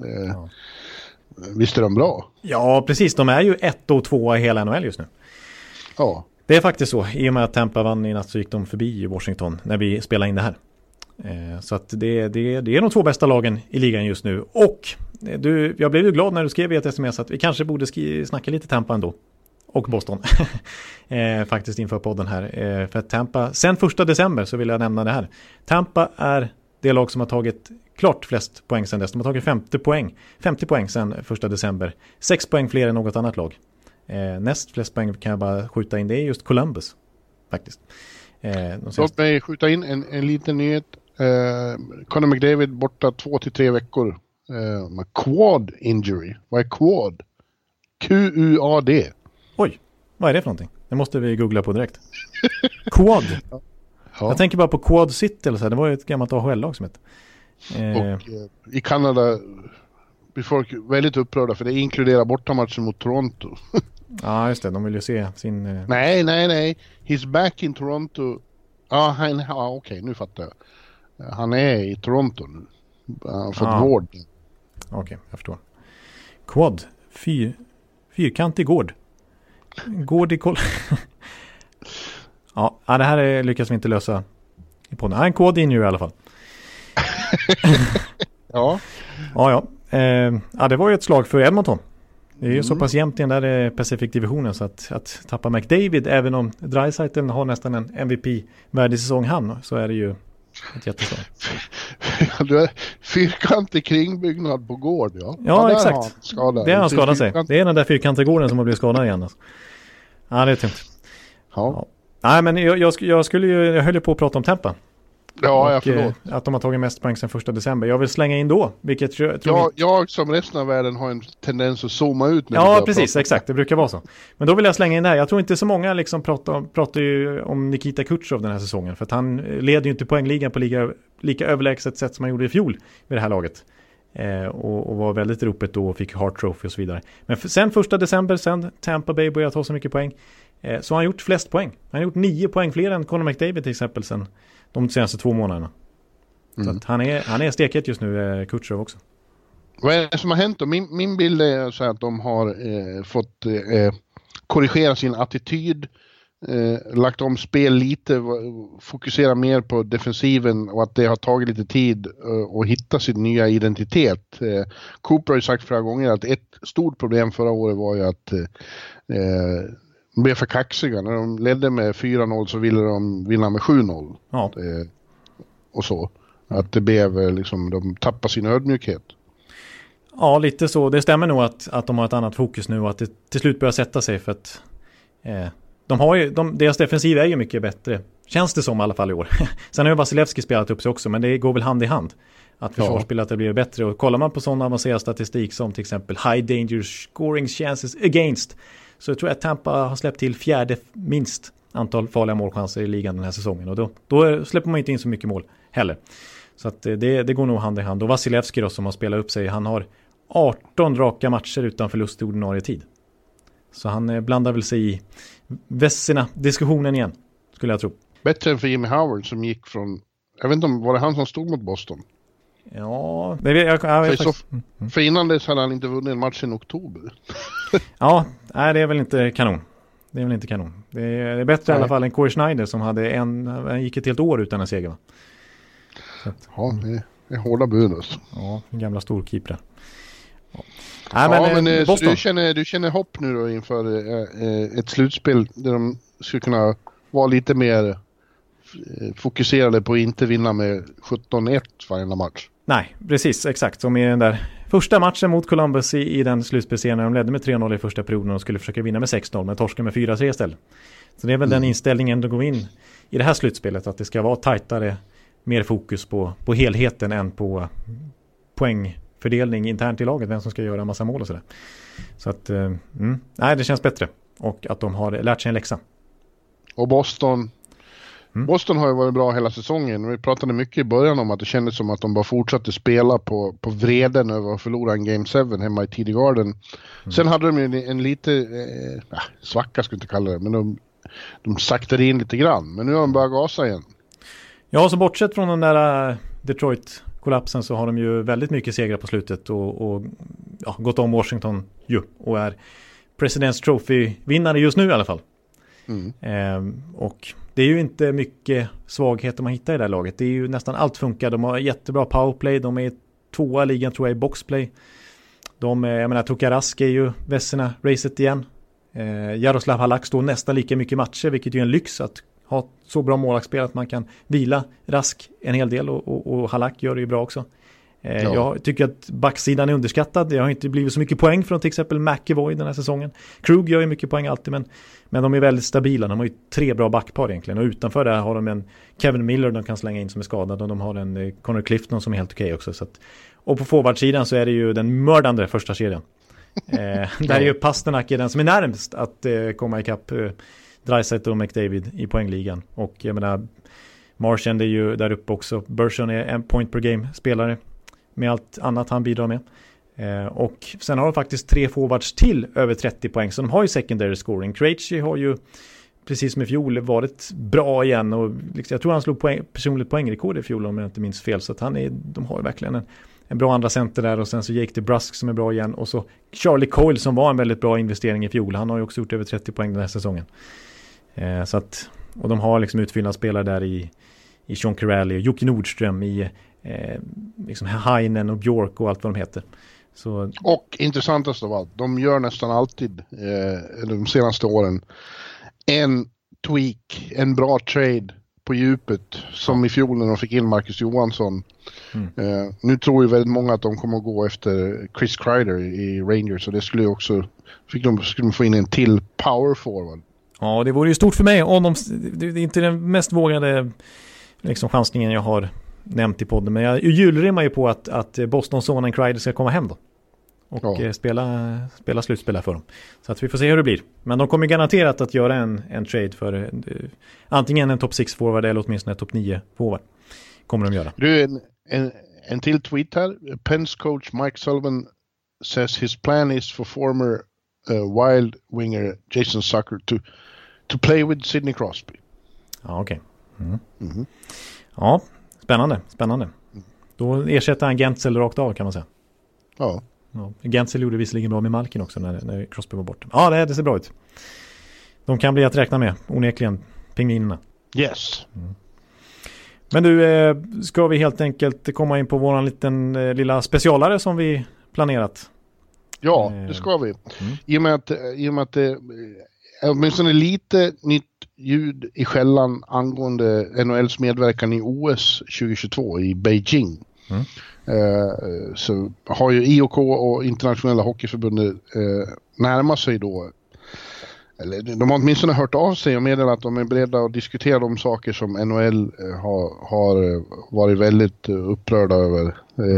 visst är de bra? Ja, precis. De är ju 1 och 2 i hela NHL just nu. Ja. Det är faktiskt så. I och med att Tampa vann i natt så gick de förbi Washington när vi spelade in det här. Så att det är de 2 bästa lagen i ligan just nu. Och jag blev ju glad när du skrev i ett sms att vi kanske borde snacka lite Tampa ändå. Och Boston. Faktiskt inför podden här. För att Tampa, sen 1 december så vill jag nämna det här. Tampa är det lag som har tagit klart flest poäng sedan dess. De har tagit 50 poäng sedan 1 december. 6 poäng fler än något annat lag. Näst flest poäng kan jag bara skjuta in. Det är just Columbus. Faktiskt. Låt mig skjuta in en liten nyhet. Connor McDavid borta 2 till 3 veckor. Quad injury. Vad är quad? Q-U-A-D. Oj, vad är det för någonting? Det måste vi googla på direkt. Quad. Ja. Jag tänker bara på Quad City eller så här. Det var ju ett gammalt AHL-lag som hette. Och i Kanada blir folk väldigt upprörda för det inkluderar bortamatchen mot Toronto. Ja, just det. De vill ju se sin... Nej. He's back in Toronto. Okej, nu fattar jag. Han är i Toronto nu. Han har fått vård. Okej, jag förstår. Quad. Fyrkantig gård. Gård i koll. Ja, det här lyckas vi inte lösa i podden. En quad in ju i alla fall. Ja. Ja, det var ju ett slag för Edmonton. Det är ju så pass jämnt i den där Pacific-divisionen så att tappa McDavid, även om Draisaitl har nästan en MVP-värdig säsong så är det ju ett jätteslag. Du är fyrkantig kringbyggnad på gård, ja. Ja, exakt. Det har han skadat sig. Det är den där fyrkantiga gården som har blivit skadad igen. Alltså. Ja, det är tungt. Ja. Nej, men jag höll ju på att prata om Tampa. Ja, jag förlåt. Att de har tagit mest poäng sedan 1 december. Jag vill slänga in då, vilket jag som resten av världen har en tendens att zooma ut. Ja, precis, exakt. Det brukar vara så. Men då vill jag slänga in det här. Jag tror inte så många liksom pratar ju om Nikita Kucherov den här säsongen. För att han leder ju inte poängligan på lika överlägset sätt som han gjorde i fjol med det här laget. Och var väldigt ropet då och fick Hart Trophy och så vidare. Men sen 1 december, sen Tampa Bay började ta så mycket poäng. Så har han gjort flest poäng. Han har gjort 9 poäng fler än Connor McDavid till exempel sen de senaste 2 månaderna. Så att han är steket just nu, Kucherov också. Vad är det som har hänt då? Min bild är så att de har fått korrigera sin attityd, lagt om spel lite, fokusera mer på defensiven och att det har tagit lite tid att hitta sin nya identitet. Cooper har ju sagt flera gånger att ett stort problem förra året var ju att de blev för kaxiga. När de ledde med 4-0 så ville de vinna med 7-0. Ja. Och så. Att det blev liksom, de tappar sin ödmjukhet. Ja, lite så. Det stämmer nog att de har ett annat fokus nu och att det till slut börjar sätta sig för att deras defensiv är ju mycket bättre. Känns det som i alla fall i år. Sen har ju Vasilevski spelat upp sig också, men det går väl hand i hand. Att försvarsspelet blir bättre. Och kollar man på sån avancerad statistik som till exempel high danger scoring chances against, så jag tror att Tampa har släppt till 4:e minst antal farliga målchanser i ligan den här säsongen. Och då släpper man inte in så mycket mål heller. Så att det går nog hand i hand. Och Vasilevski då, som har spelat upp sig, han har 18 raka matcher utan förlust i ordinarie tid. Så han blandar väl sig i Vessina-diskussionen igen, skulle jag tro. Bättre än för Jimmy Howard som gick från, jag vet inte om var det han som stod mot Boston. Ja, det vet jag. För innan dess hade han inte vunnit en match i oktober. Ja, nej, det är väl inte kanon. Det är bättre i alla fall än Corey Schneider som han gick ett helt år utan en seger, va? Ja, det är hårda bud alltså. Ja, den gamla storkeeper. Ja. Men du känner hopp nu då inför ett slutspel där de skulle kunna vara lite mer fokuserade på att inte vinna med 17-1 varje match. Nej, precis, exakt. Som i den där första matchen mot Columbus i den slutspelserien när de ledde med 3-0 i första perioden och skulle försöka vinna med 6-0 men torska med 4-3 istället. Så det är väl den inställningen att gå in i det här slutspelet, att det ska vara tajtare, mer fokus på helheten än på poängfördelning internt i laget, vem som ska göra en massa mål och sådär. Så att, nej, det känns bättre. Och att de har lärt sig en läxa. Och Boston har ju varit bra hela säsongen. Vi pratade mycket i början om att det kändes som att de bara fortsatte spela på vreden över att förlora en Game 7 hemma i TD Garden. Sen hade de en lite svacka, skulle jag inte kalla det, men de saktade in lite grann. Men nu har de börjat gasa igen. Ja, så bortsett från den där Detroit-kollapsen så har de ju väldigt mycket segrar på slutet och gått om Washington och är President's Trophy-vinnare just nu i alla fall. Och det är ju inte mycket svagheter man hittar i det här laget. Det är ju nästan allt funkar. De har jättebra powerplay. De är 2:a i ligan tror jag i boxplay. Jag menar Tuukka Rask är ju Vesina-racet igen. Jaroslav Halak står nästan lika mycket matcher, vilket är en lyx att ha så bra målvaktsspel att man kan vila Rask en hel del och Halak gör det ju bra också. Jag tycker att backsidan är underskattad. Det har inte blivit så mycket poäng från till exempel McAvoy den här säsongen. Krug gör ju mycket poäng alltid, men de är väldigt stabila. De har ju 3 bra backpar egentligen. Och utanför det har de en Kevin Miller de kan slänga in som är skadad. Och de har en Connor Clifton som är helt okej också. Så att, och på forwardsidan så är det ju den mördande första kedjan. Där är ju Pasternak den som är närmast att komma ikapp Draisaitl och McDavid i poängligan. Och jag menar, Marchand är ju där uppe också. Bergeron är en point per game spelare med allt annat han bidrar med. Och sen har de faktiskt 3 forwards till över 30 poäng. Så de har ju secondary scoring. Krejci har ju precis som i fjol varit bra igen. Och liksom, jag tror han slog personligt poängrekord i fjol om jag inte minns fel. Så att de har ju verkligen en bra andra center där. Och sen så Jake DeBrusk som är bra igen. Och så Charlie Coyle som var en väldigt bra investering i fjol. Han har ju också gjort över 30 poäng den här säsongen. Så att, och de har liksom utfyllnadsspelare där i Sean Corrali och Jocke Nordström i liksom Heinen och Björk och allt vad de heter. Så... Och intressantast av allt, de gör nästan alltid de senaste åren en tweak, en bra trade på djupet som i fjol när de fick in Marcus Johansson. Nu tror ju väldigt många att de kommer att gå efter Chris Kreider i Rangers, och det skulle ju också skulle de få in en till power forward. Ja, det vore ju stort för mig om det är inte den mest vågade liksom chansningen jag har nämnt i podden, men jag julrimmar ju på att Boston sonen Kreider ska komma hem då och spela slutspel för dem. Så att vi får se hur det blir. Men de kommer garanterat att göra en trade för antingen en top 6 forward eller åtminstone en top 9 forward. Kommer de göra. Du, en till tweet här. Pens coach Mike Sullivan says his plan is for former Wild winger Jason Zucker to play with Sidney Crosby. Ja, okej. Ja, spännande. Då ersätter han Gentzel rakt av kan man säga. Ja. Gentzel gjorde visserligen bra med Malkin också när Crosby var bort. Ja, det ser bra ut. De kan bli att räkna med, onekligen, pingvinerna. Yes. Men du, ska vi helt enkelt komma in på våran lilla specialare som vi planerat? Ja, det ska vi. I och med att det åtminstone lite nytt ljud i skällan angående NHLs medverkan i OS 2022 i Beijing. Så har ju IOK och Internationella Hockeyförbundet närmat sig då, eller de har åtminstone hört av sig och meddelat att de är beredda att diskutera de saker som NHL har varit väldigt upprörda över.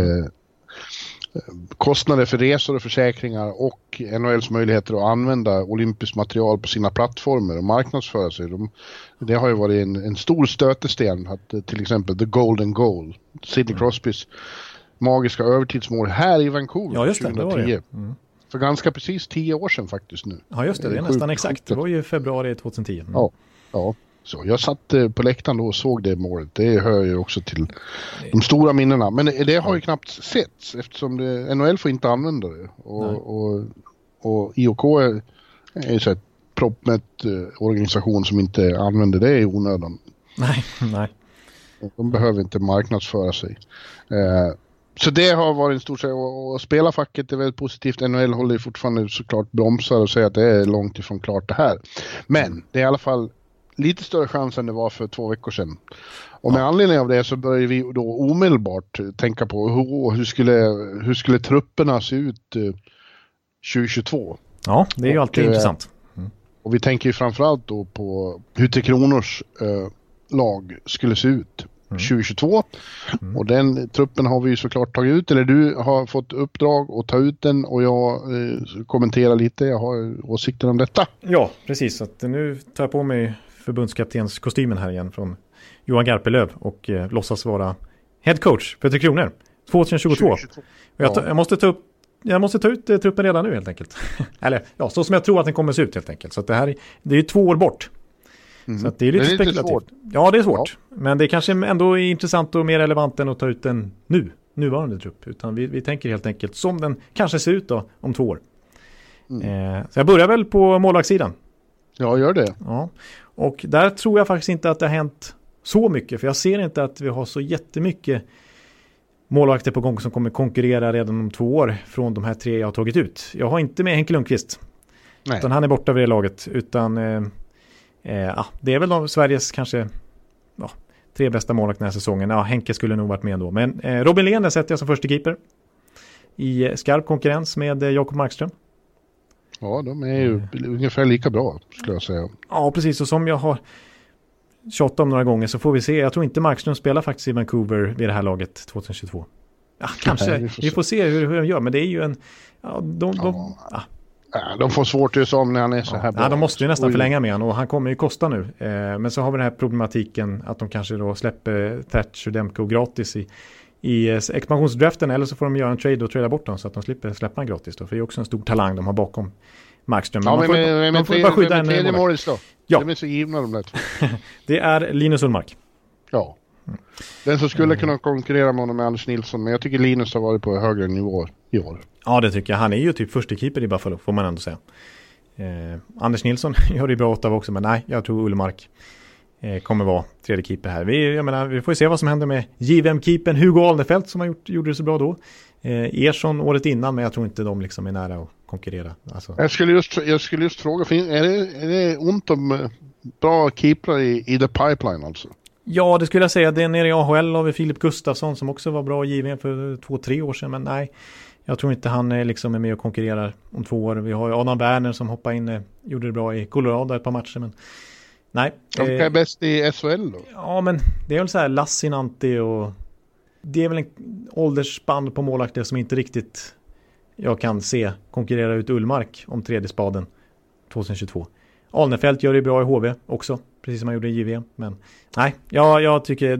Kostnader för resor och försäkringar och NHLs möjligheter att använda olympiskt material på sina plattformar och marknadsföra sig. Det har ju varit en stor stötesten att till exempel The Golden Goal, Sidney Crosbys magiska övertidsmål här i Vancouver 2010. Det var det. För ganska precis 10 år sedan faktiskt nu. Ja just det, det är nästan exakt. Det var ju februari 2010. Ja. så. Jag satt på läktaren då och såg det målet. Det hör ju också till de stora minnena. Men det har ju knappt setts eftersom NHL får inte använda det. Och IOK är så ett proppmätt organisation som inte använder det i onödan. Nej. De behöver inte marknadsföra sig. Så det har varit en stor sak. Och spelarfacket är väldigt positivt. NHL håller fortfarande såklart bromsar och säger att det är långt ifrån klart det här. Men det är i alla fall lite större chans än det var för 2 veckor sedan. Och med anledning av det så börjar vi då omedelbart tänka på hur skulle trupperna se ut 2022. Ja, det är ju alltid intressant. Och vi tänker ju framförallt då på hur Tre Kronors lag skulle se ut 2022. Och den truppen har vi ju såklart tagit ut, eller du har fått uppdrag att ta ut den och jag kommenterar lite, jag har åsikter om detta. Ja, precis. Så att nu tar jag på mig förbundskaptens kostymen här igen från Johan Garpelöv och låtsas vara head coach för Tre Kronor 2022. Jag måste ta ut truppen redan nu helt enkelt. Eller ja, så som jag tror att den kommer se ut helt enkelt. Så att det är ju 2 år bort. Så att det är lite spekulativt. Svårt. Ja, det är svårt. Ja. Men det är kanske ändå intressant och mer relevant än att ta ut den nuvarande trupp. Utan vi tänker helt enkelt som den kanske ser ut då om 2 år. Så jag börjar väl på målvaktssidan. Ja, gör det. Ja. Och där tror jag faktiskt inte att det har hänt så mycket. För jag ser inte att vi har så jättemycket målvakter på gång som kommer konkurrera redan om 2 år från de här 3 jag har tagit ut. Jag har inte med Henke Lundqvist. Nej. Utan han är borta vid det laget. Utan det är väl Sveriges kanske 3 bästa målvakt den här säsongen. Ja, Henke skulle nog varit med ändå. Men Robin Lehner sätter jag som första keeper. I skarp konkurrens med Jakob Markström. Ja, de är ju ungefär lika bra skulle jag säga. Ja, precis. Och som jag har tjatat om några gånger så får vi se. Jag tror inte Markström spelar faktiskt i Vancouver vid det här laget 2022. Ja, kanske. Nej, vi får se hur de gör. Men det är ju en... Ja, de får svårt att om när han är så här bra. Ja, de måste ju nästan förlänga med han och han kommer ju kosta nu. Men så har vi den här problematiken att de kanske då släpper Thatch och Demko gratis i expansionsdraften, eller så får de göra en trade och trada bort dem så att de slipper släppa en gratis då. För det är också en stor talang de har bakom Markström. Ja, men man får bara skydda en tredje målis då. Ja. De är så givna de där. Det är Linus Ullmark. Ja. Den som skulle kunna konkurrera med honom är Anders Nilsson, men jag tycker Linus har varit på högre nivå i år. Ja, det tycker jag. Han är ju typ första keeper i Buffalo, får man ändå säga. Anders Nilsson gör det bra av också, men nej, jag tror Ullmark kommer vara tredje keeper här. Vi får ju se vad som händer med JVM-keepern Hugo Alnefelt som gjorde det så bra då. Ersson året innan, men jag tror inte de liksom är nära att konkurrera. Alltså. Jag skulle just fråga, är det ont om bra keeprar i the pipeline alltså? Ja, det skulle jag säga. Det är nere i AHL har vi Filip Gustafsson som också var bra i JVM för 2-3 år sedan, men nej. Jag tror inte han liksom är med och konkurrerar om 2 år. Vi har ju Adam Werner som hoppade in, gjorde det bra i Colorado ett par matcher, men nej. Vilka är bäst i SHL då? Ja, men det är väl så här Lassinantti och det är väl en åldersspann på målvakter som inte riktigt jag kan se konkurrera ut Ullmark om tredje spaden 2022. Alnefelt gör det bra i HV också, precis som han gjorde i JVM, men nej, jag tycker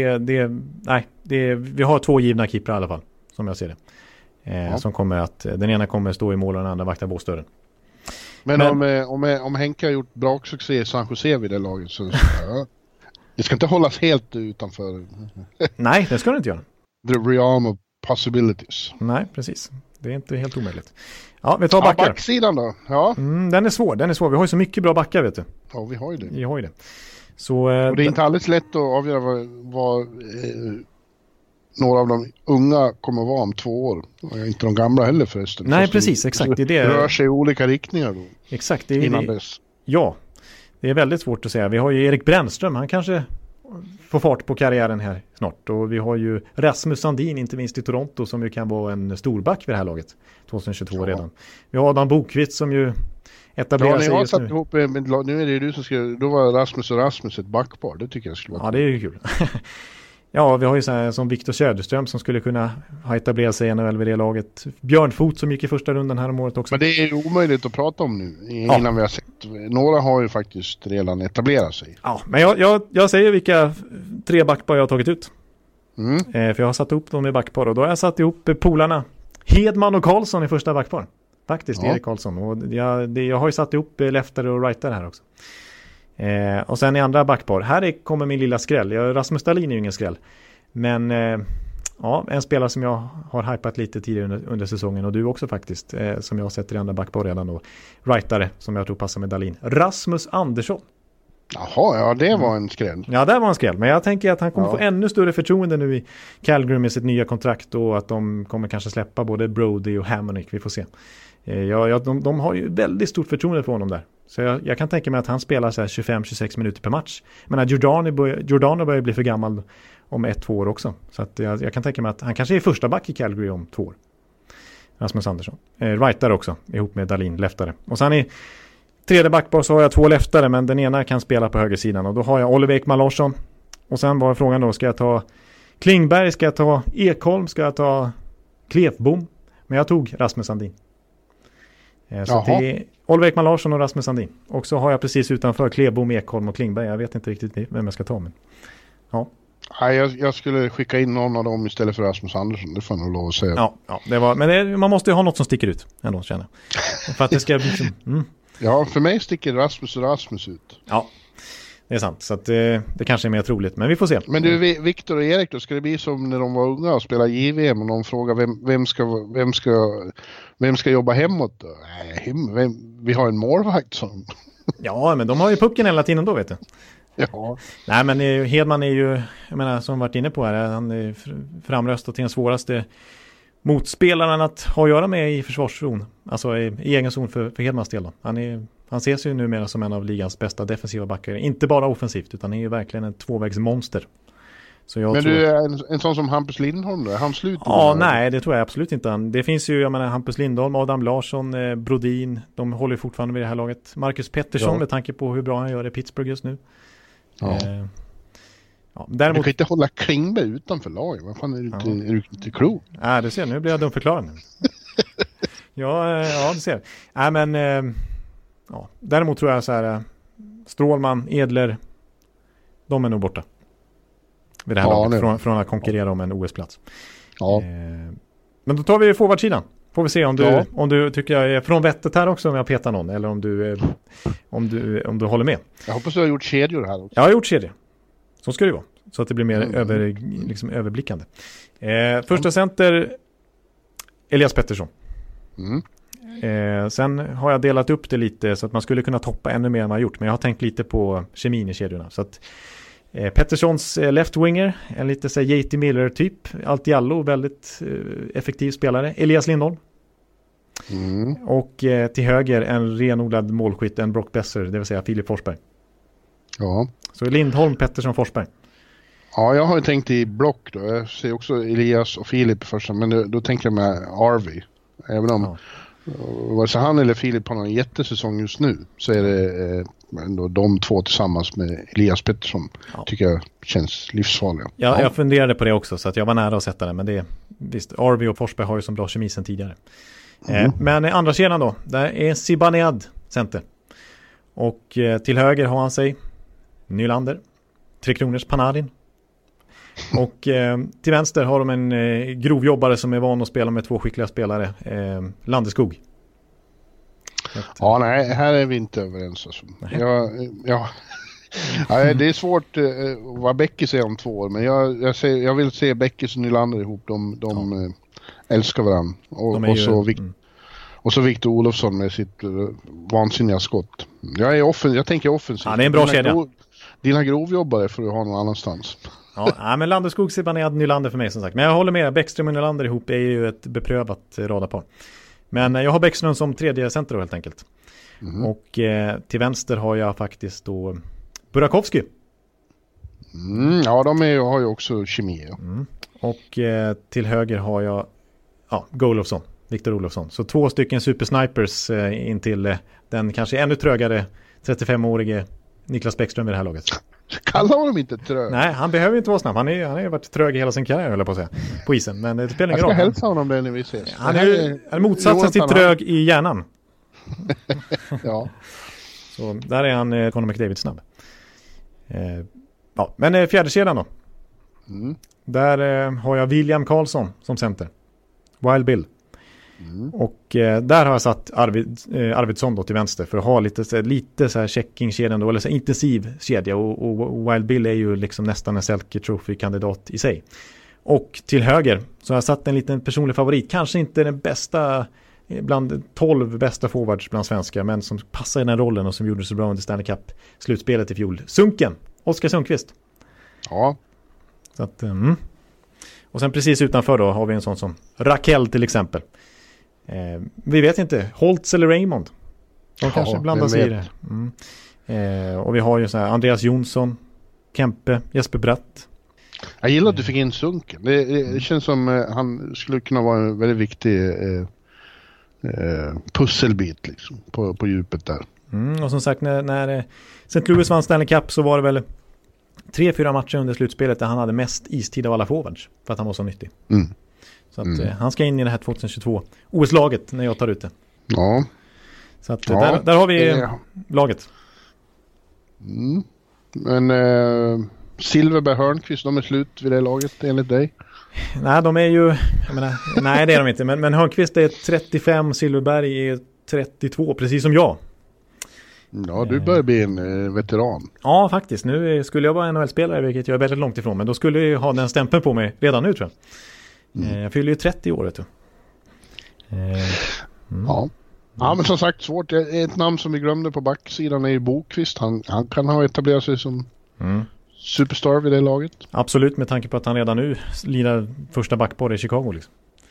vi har 2 givna keeprar i alla fall, som jag ser det. Som kommer att den ena kommer stå i mål och den andra vakta båsdörren. Men om Henke har gjort bra succé i San Jose vid det laget så det ska inte hållas helt utanför. Nej, det ska det inte göra. The realm of possibilities. Nej, precis. Det är inte helt omöjligt. Ja, vi tar backar. Ja, backsidan då? Ja. Den är svår. Vi har ju så mycket bra backar, vet du. Ja, vi har ju det. Så, och det är inte alldeles lätt att avgöra vad några av de unga kommer att vara om 2 år. Och inte de gamla heller förresten. Nej, precis. Exakt. Det rör sig i olika riktningar då. Exakt. Innan dess. Ja, det är väldigt svårt att säga. Vi har ju Erik Brännström. Han kanske får fart på karriären här snart. Och vi har ju Rasmus Sandin, inte minst i Toronto, som ju kan vara en storback vid det här laget 2022 redan. Vi har Adam Bokvist som ju etablerar sig just nu. Ihop, nu är det ju du som ska... Då var Rasmus och Rasmus ett backpar. Det tycker jag skulle vara det är ju kul. Ja, vi har ju så här, som Viktor Söderström som skulle kunna ha etablerat sig i NHL vid det laget. Björn Fot som gick i första rundan här om året också. Men det är ju omöjligt att prata om nu innan vi har sett. Några har ju faktiskt redan etablerat sig. Ja, men jag säger vilka 3 backpar jag har tagit ut. För jag har satt upp dem i backpar och då har jag satt ihop polarna Hedman och Karlsson i första backpar. Faktiskt, Erik Karlsson. Och jag har ju satt ihop leftare och rightare här också. Och sen i andra backpar, kommer min lilla skräll. Rasmus Dahlin är ju ingen skräll. Men en spelare som jag har hypat lite tidigare under säsongen, och du också faktiskt, som jag har sett i andra backpar redan då. Rightare som jag tror passar med Dahlin. Rasmus Andersson. Jaha, ja det var en skräll. Ja, det var en skräll. Men jag tänker att han kommer få ännu större förtroende nu i Calgary med sitt nya kontrakt, och att de kommer kanske släppa både Brody och Hamonic. Vi får se. De har ju väldigt stort förtroende för honom där. Så jag kan tänka mig att han spelar så här 25-26 minuter per match. Men Giordano börjar bli för gammal om 1-2 år också. Så att jag kan tänka mig att han kanske är första back i Calgary om 2 år. Rasmus Andersson. Rightare också, ihop med Dahlin, leftare. Och sen i tredje backpar så har jag 2 leftare, men den ena kan spela på högersidan. Och då har jag Oliver Ekman Larsson. Och sen var frågan då, ska jag ta Klingberg, ska jag ta Ekholm, ska jag ta Klefbom? Men jag tog Rasmus Sandin. Så det är Oliver Ekman Larsson och Rasmus Sandin. Och så har jag precis utanför Klefbom, Ekholm och Klingberg. Jag vet inte riktigt vem jag ska ta, men ja. Jag skulle skicka in någon av dem istället för Rasmus Andersson. Det får jag nog lov att säga. Ja, man måste ju ha något som sticker ut ändå, känner jag. För att det ska bli Ja, för mig sticker Rasmus ut. Ja, det är sant. Så att det kanske är mer troligt. Men vi får se. Men du, Viktor och Erik då, ska det bli som när de var unga och spelade JVM och de frågar vem ska jobba hemåt då? Vi har en målvakt som... Ja, men de har ju pucken hela tiden då, vet du. Ja. Nej, men Hedman är ju, jag menar, som varit inne på här, han är framröstad till den svåraste motspelaren att ha att göra med i försvarszon. Alltså i egen zon för Hedmans del då. Han ses ju numera som en av ligans bästa defensiva backar. Inte bara offensivt, utan han är ju verkligen en tvåvägsmonster. Så jag tror... du är en sån som Hampus Lindholm då? Är han slut? Nej, det tror jag absolut inte. Det finns ju, jag menar, Hampus Lindholm, Adam Larsson, Brodin. De håller ju fortfarande vid det här laget. Marcus Pettersson, med tanke på hur bra han gör i Pittsburgh just nu. Ja. Däremot... Du kan inte hålla Klingberg utanför laget. Vad fan, är du inte klok? Nej, du ser, nu blir jag dumförklarad. Ja, du ser. Nej, men däremot tror jag så här, Strålman, Edler, de är nog borta vid det här laget, från att konkurrera om en OS-plats. Ja. Men då tar vi forwardsidan. Får vi se om du tycker jag är från vettet här också, om jag petar någon, eller om du håller med. Jag hoppas du har gjort kedjor här också. Jag har gjort kedjor. Så ska det vara. Så att det blir mer överblickande. Första center Elias Pettersson. Sen har jag delat upp det lite så att man skulle kunna toppa ännu mer än man har gjort. Men jag har tänkt lite på kemin i kedjorna. Så att Petterssons left-winger, en lite så JT Miller-typ. Allt i allo, väldigt effektiv spelare. Elias Lindholm. Och till höger en renodlad målskytt, en Brock Besser, det vill säga Filip Forsberg. Ja. Så Lindholm, Pettersson, Forsberg. Ja, jag har ju tänkt i block då. Jag ser också Elias och Filip först, men då tänker jag med Arvi. Även om vare sig han eller Filip har någon jättesäsong just nu, så är det ändå de två tillsammans med Elias Pettersson tycker jag känns livsfarliga. Ja, jag funderade på det också, så att jag var nära att sätta det, men det visst, Arvi och Forsberg har ju som bra kemi sedan tidigare. Men andra kedjan då, där är Zibanejad center. Och till höger har han sig Nylander, 3 Kronors Panarin. Och till vänster har de en grovjobbare som är van att spela med 2 skickliga spelare, Landeskog. Ja, nej, här är vi inte överens. Alltså. Det är svårt vad Bäckis är om 2 år, men jag vill se Bäckis och Nylander ihop. De älskar varandra. Och så Victor Olofsson med sitt vansinniga skott. Jag tänker offensivt. Ja, det är en bra kedja. Dina grovjobbare får du ha någon annanstans. Ja, men Landeskog ser man Nylander för mig som sagt. Men jag håller med, Bäckström och Nylander ihop är ju ett beprövat radarpar. Men jag har Bäckström som tredje center då, helt enkelt. Och till vänster har jag faktiskt då Burakovsky. Ja, de har ju också kemi. Och till höger har jag Golofsson, Victor Olofsson. Så 2 stycken supersnipers in till den kanske ännu trögare 35-årige Niklas Bäckström i det här laget. Kallar honom inte trög? Nej, han behöver inte vara snabb. Han har ju varit trög i hela sin karriär, eller på att säga, på isen. Men det spelar ingen roll. Jag ska hälsa honom det när vi ses. Han är motsatsen till trög i hjärnan. Ja. Så där är han Conor McDavid snabb. Men fjärde kedjan då. Där har jag William Karlsson som center. Wild Bill. Och där har jag satt Arvidsson då till vänster för att ha lite så här checking-kedjan då, eller så här intensiv kedja, och Wild Bill är ju liksom nästan en Selke Trophy-kandidat i sig. Och till höger så har jag satt en liten personlig favorit, kanske inte den bästa bland 12 bästa forwards bland svenskar, men som passar i den här rollen och som gjorde så bra under Stanley Cup-slutspelet i fjol. Sunken, Oskar Sundqvist. Ja. Så att, och sen precis utanför då har vi en sån som Rakell till exempel. Vi vet inte, Holtz eller Raymond. De kanske blandar sig i det. Och vi har ju så här Andreas Jonsson, Kempe, Jesper Bratt. Jag gillar att du fick in Sunken. Det känns som han skulle kunna vara en väldigt viktig pusselbit liksom, på djupet där. Och som sagt, när St. Louis vann Stanley Cup så var det väl 3-4 matcher under slutspelet där han hade mest istid av alla forwards för att han var så nyttig. Så att han ska in i det här 2022 OS-laget när jag tar ut det. Ja. Så att där har vi laget. Men Silverberg, Hörnqvist, de är slut vid det laget enligt dig? Nej, de är ju, nej det är de inte, men Hörnqvist är 35, Silverberg är 32, precis som jag. Ja, du börjar bli en veteran. Ja, faktiskt. Nu skulle jag vara NHL-spelare, vilket jag är väldigt långt ifrån, men då skulle jag ha den stämpeln på mig redan nu, tror jag. Jag fyller ju 30 år, vet du. Ja, men som sagt, svårt. Ett namn som vi glömde på backsidan är ju Bokvist. Han kan ha etablerat sig som superstar vid det laget. Absolut, med tanke på att han redan nu lirar första backpar i Chicago. Liksom.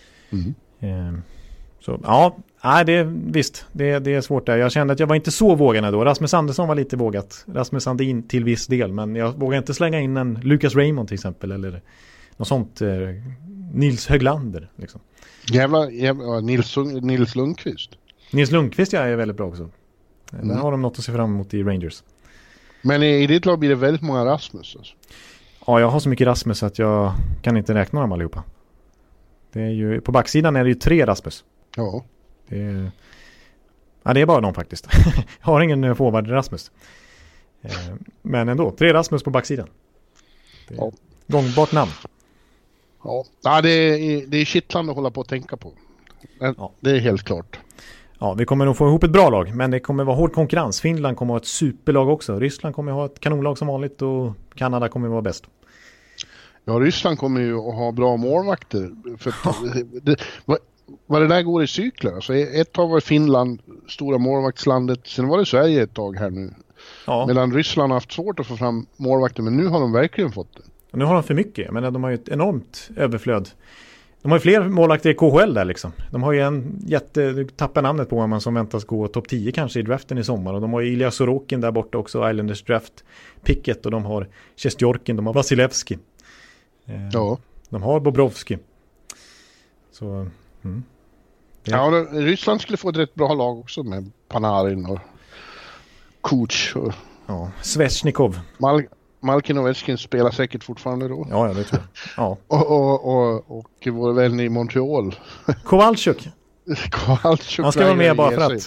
Så ja, visst, det är svårt där. Jag kände att jag var inte så vågande då. Rasmus Andersson var lite vågat. Rasmus Sandin till viss del, men jag vågar inte slänga in en Lucas Raymond till exempel, eller något sånt, Nils Höglander liksom. Jävla Nils Lundqvist. Nils Lundqvist är väldigt bra också. Där har de något att se fram emot i Rangers. Men i ditt lag blir det väldigt många Rasmus alltså. Ja, jag har så mycket Rasmus att jag kan inte räkna dem allihopa. Det är ju, på backsidan är det ju 3 Rasmus. Ja. Det är bara de faktiskt. Jag har ingen forward Rasmus. Men ändå, 3 Rasmus på backsidan. Det är gångbart namn. Ja, det är kittlande att hålla på att tänka på. Det är helt klart. Ja, vi kommer nog få ihop ett bra lag, men det kommer vara hård konkurrens. Finland kommer att ha ett superlag också. Ryssland kommer att ha ett kanonlag som vanligt och Kanada kommer att vara bäst. Ja, Ryssland kommer ju att ha bra målvakter. För vad det där går i cykler. Alltså, ett tag var Finland stora målvaktslandet, sen var det Sverige ett tag här nu. Ja. Medan Ryssland har haft svårt att få fram målvakter, men nu har de verkligen fått det. Och nu har de för mycket, men de har ju ett enormt överflöd. De har ju fler målvakter i KHL där liksom. De har ju en du tappar namnet på man som väntas gå topp 10 kanske i draften i sommar. Och de har ju Ilja Sorokin där borta också, Islanders draft picket. Och de har Sjestjorkin, de har Vasilevski. Ja. De har Bobrovski. Så... Ja, Ryssland skulle få ett rätt bra lag också med Panarin och Kuch. Och... Ja, Svechnikov. Malkin och Ovechkin spelar säkert fortfarande då. Ja, det tror jag. Ja. Och vår vän i Montreal. Kowalczyk. Han ska vara med bara för att.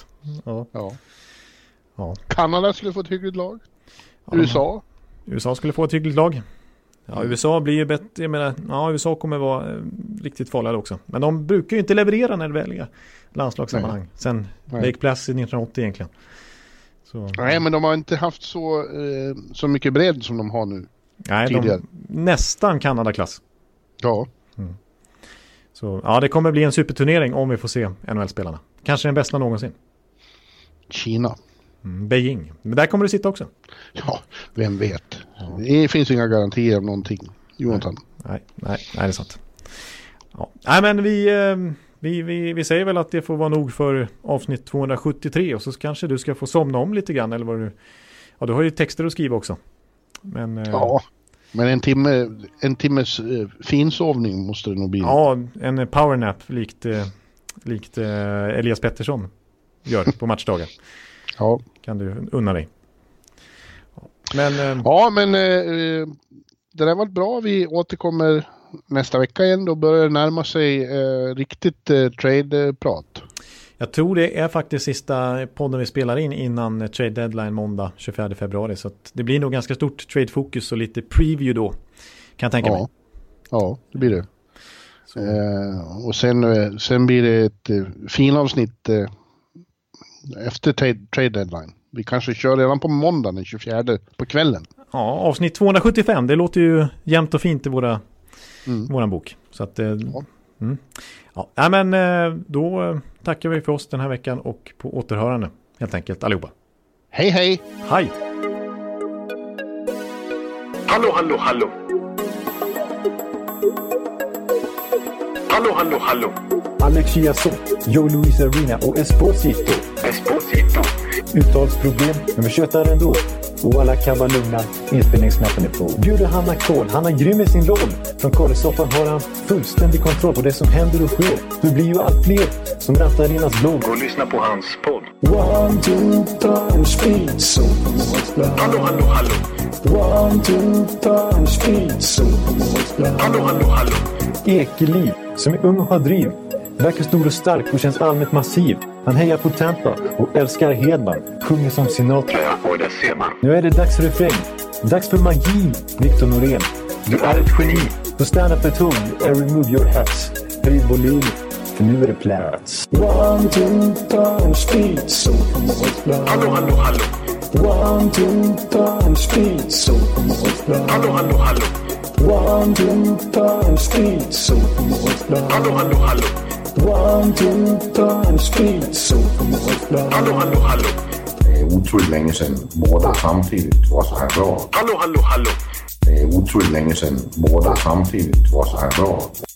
Ja. Kanada skulle få ett hyggligt lag. Ja, USA skulle få ett hyggligt lag. Ja, USA blir ju bättre. Jag menar, USA kommer vara riktigt farliga också. Men de brukar ju inte leverera när det väliga landslagssammanhang. Sen Lake Placid 1980 egentligen. Så. Nej, men de har inte haft så mycket bredd som de har nu. Nej, tidigare. Nästan Kanada-klass. Ja. Så ja, det kommer bli en superturnering om vi får se NHL-spelarna. Kanske den bästa någonsin. Kina. Beijing. Men där kommer det sitta också. Ja, vem vet. Det finns inga garantier om någonting. Jonathan. Nej, det är sant. Ja. Nej, men vi säger väl att det får vara nog för avsnitt 273 och så kanske du ska få somna om lite grann eller vad du... Ja, du har ju texter att skriva också. Men, ja, men en timmes finsovning måste det nog bli. Ja, en powernap likt Elias Pettersson gör på matchdagar. Ja. Kan du unna dig. Men det där var bra. Vi återkommer nästa vecka igen. Då börjar det närma sig riktigt trade-prat. Jag tror det är faktiskt sista podden vi spelar in innan trade deadline måndag 24 februari. Så att det blir nog ganska stort trade-fokus och lite preview då. Kan jag tänka mig. Ja, det blir det. Och sen blir det ett finavsnitt efter trade deadline. Vi kanske kör redan på måndag den 24 på kvällen. Ja, avsnitt 275. Det låter ju jämnt och fint i våran bok. Så att... Ja, men då tackar vi för oss den här veckan och på återhörande helt enkelt allihopa. Hej hej! Hej! Hallå, hallå, hallå! Hallå, hallå, hallå! Alex Chiazot, Joe Luis Arena och Esposito. Uttalsproblem, men vi tjötar ändå. Och alla kan vara lugna, inspelningsknappen är på. Bjuder Hanna Kohl, han är grym i sin roll. Från Kållesoffan har han fullständig kontroll på det som händer och sker. Det blir ju allt fler som rattar in hans blogg. Gå och lyssna på hans podd. 1, 2, punch, speed, so. Hallå, hallå, hallå! 1, 2, punch, speed, so. Hallå, hallå, hallå! Ekeliv, som är ung och har driv. Verkar stor och stark och känns allmänt massiv. Han hejar på Tampa och älskar Hedman. Sjunger som Sinatra. Ja, och det ser man. Nu är det dags för refräng. Dags för magi, Victor Norén. Du är ett geni. Så stand up at home and remove your hats. Höj volym, för nu är det plats. 1, 2, punch, speed, so. Hallå, hallå, hallå! 1, 2, punch, speed, so. Hallå, hallå, hallå! 1, 2, punch, speed, so. Hallå, hallå, hallå! 1, 2, punch, speed, so. Hallå, hallå, hallå! Det är otroligt länge sedan båda samtidigt var så här bra. Hallå, hallå, hallå! Det är otroligt länge sedan båda samtidigt var så här bra.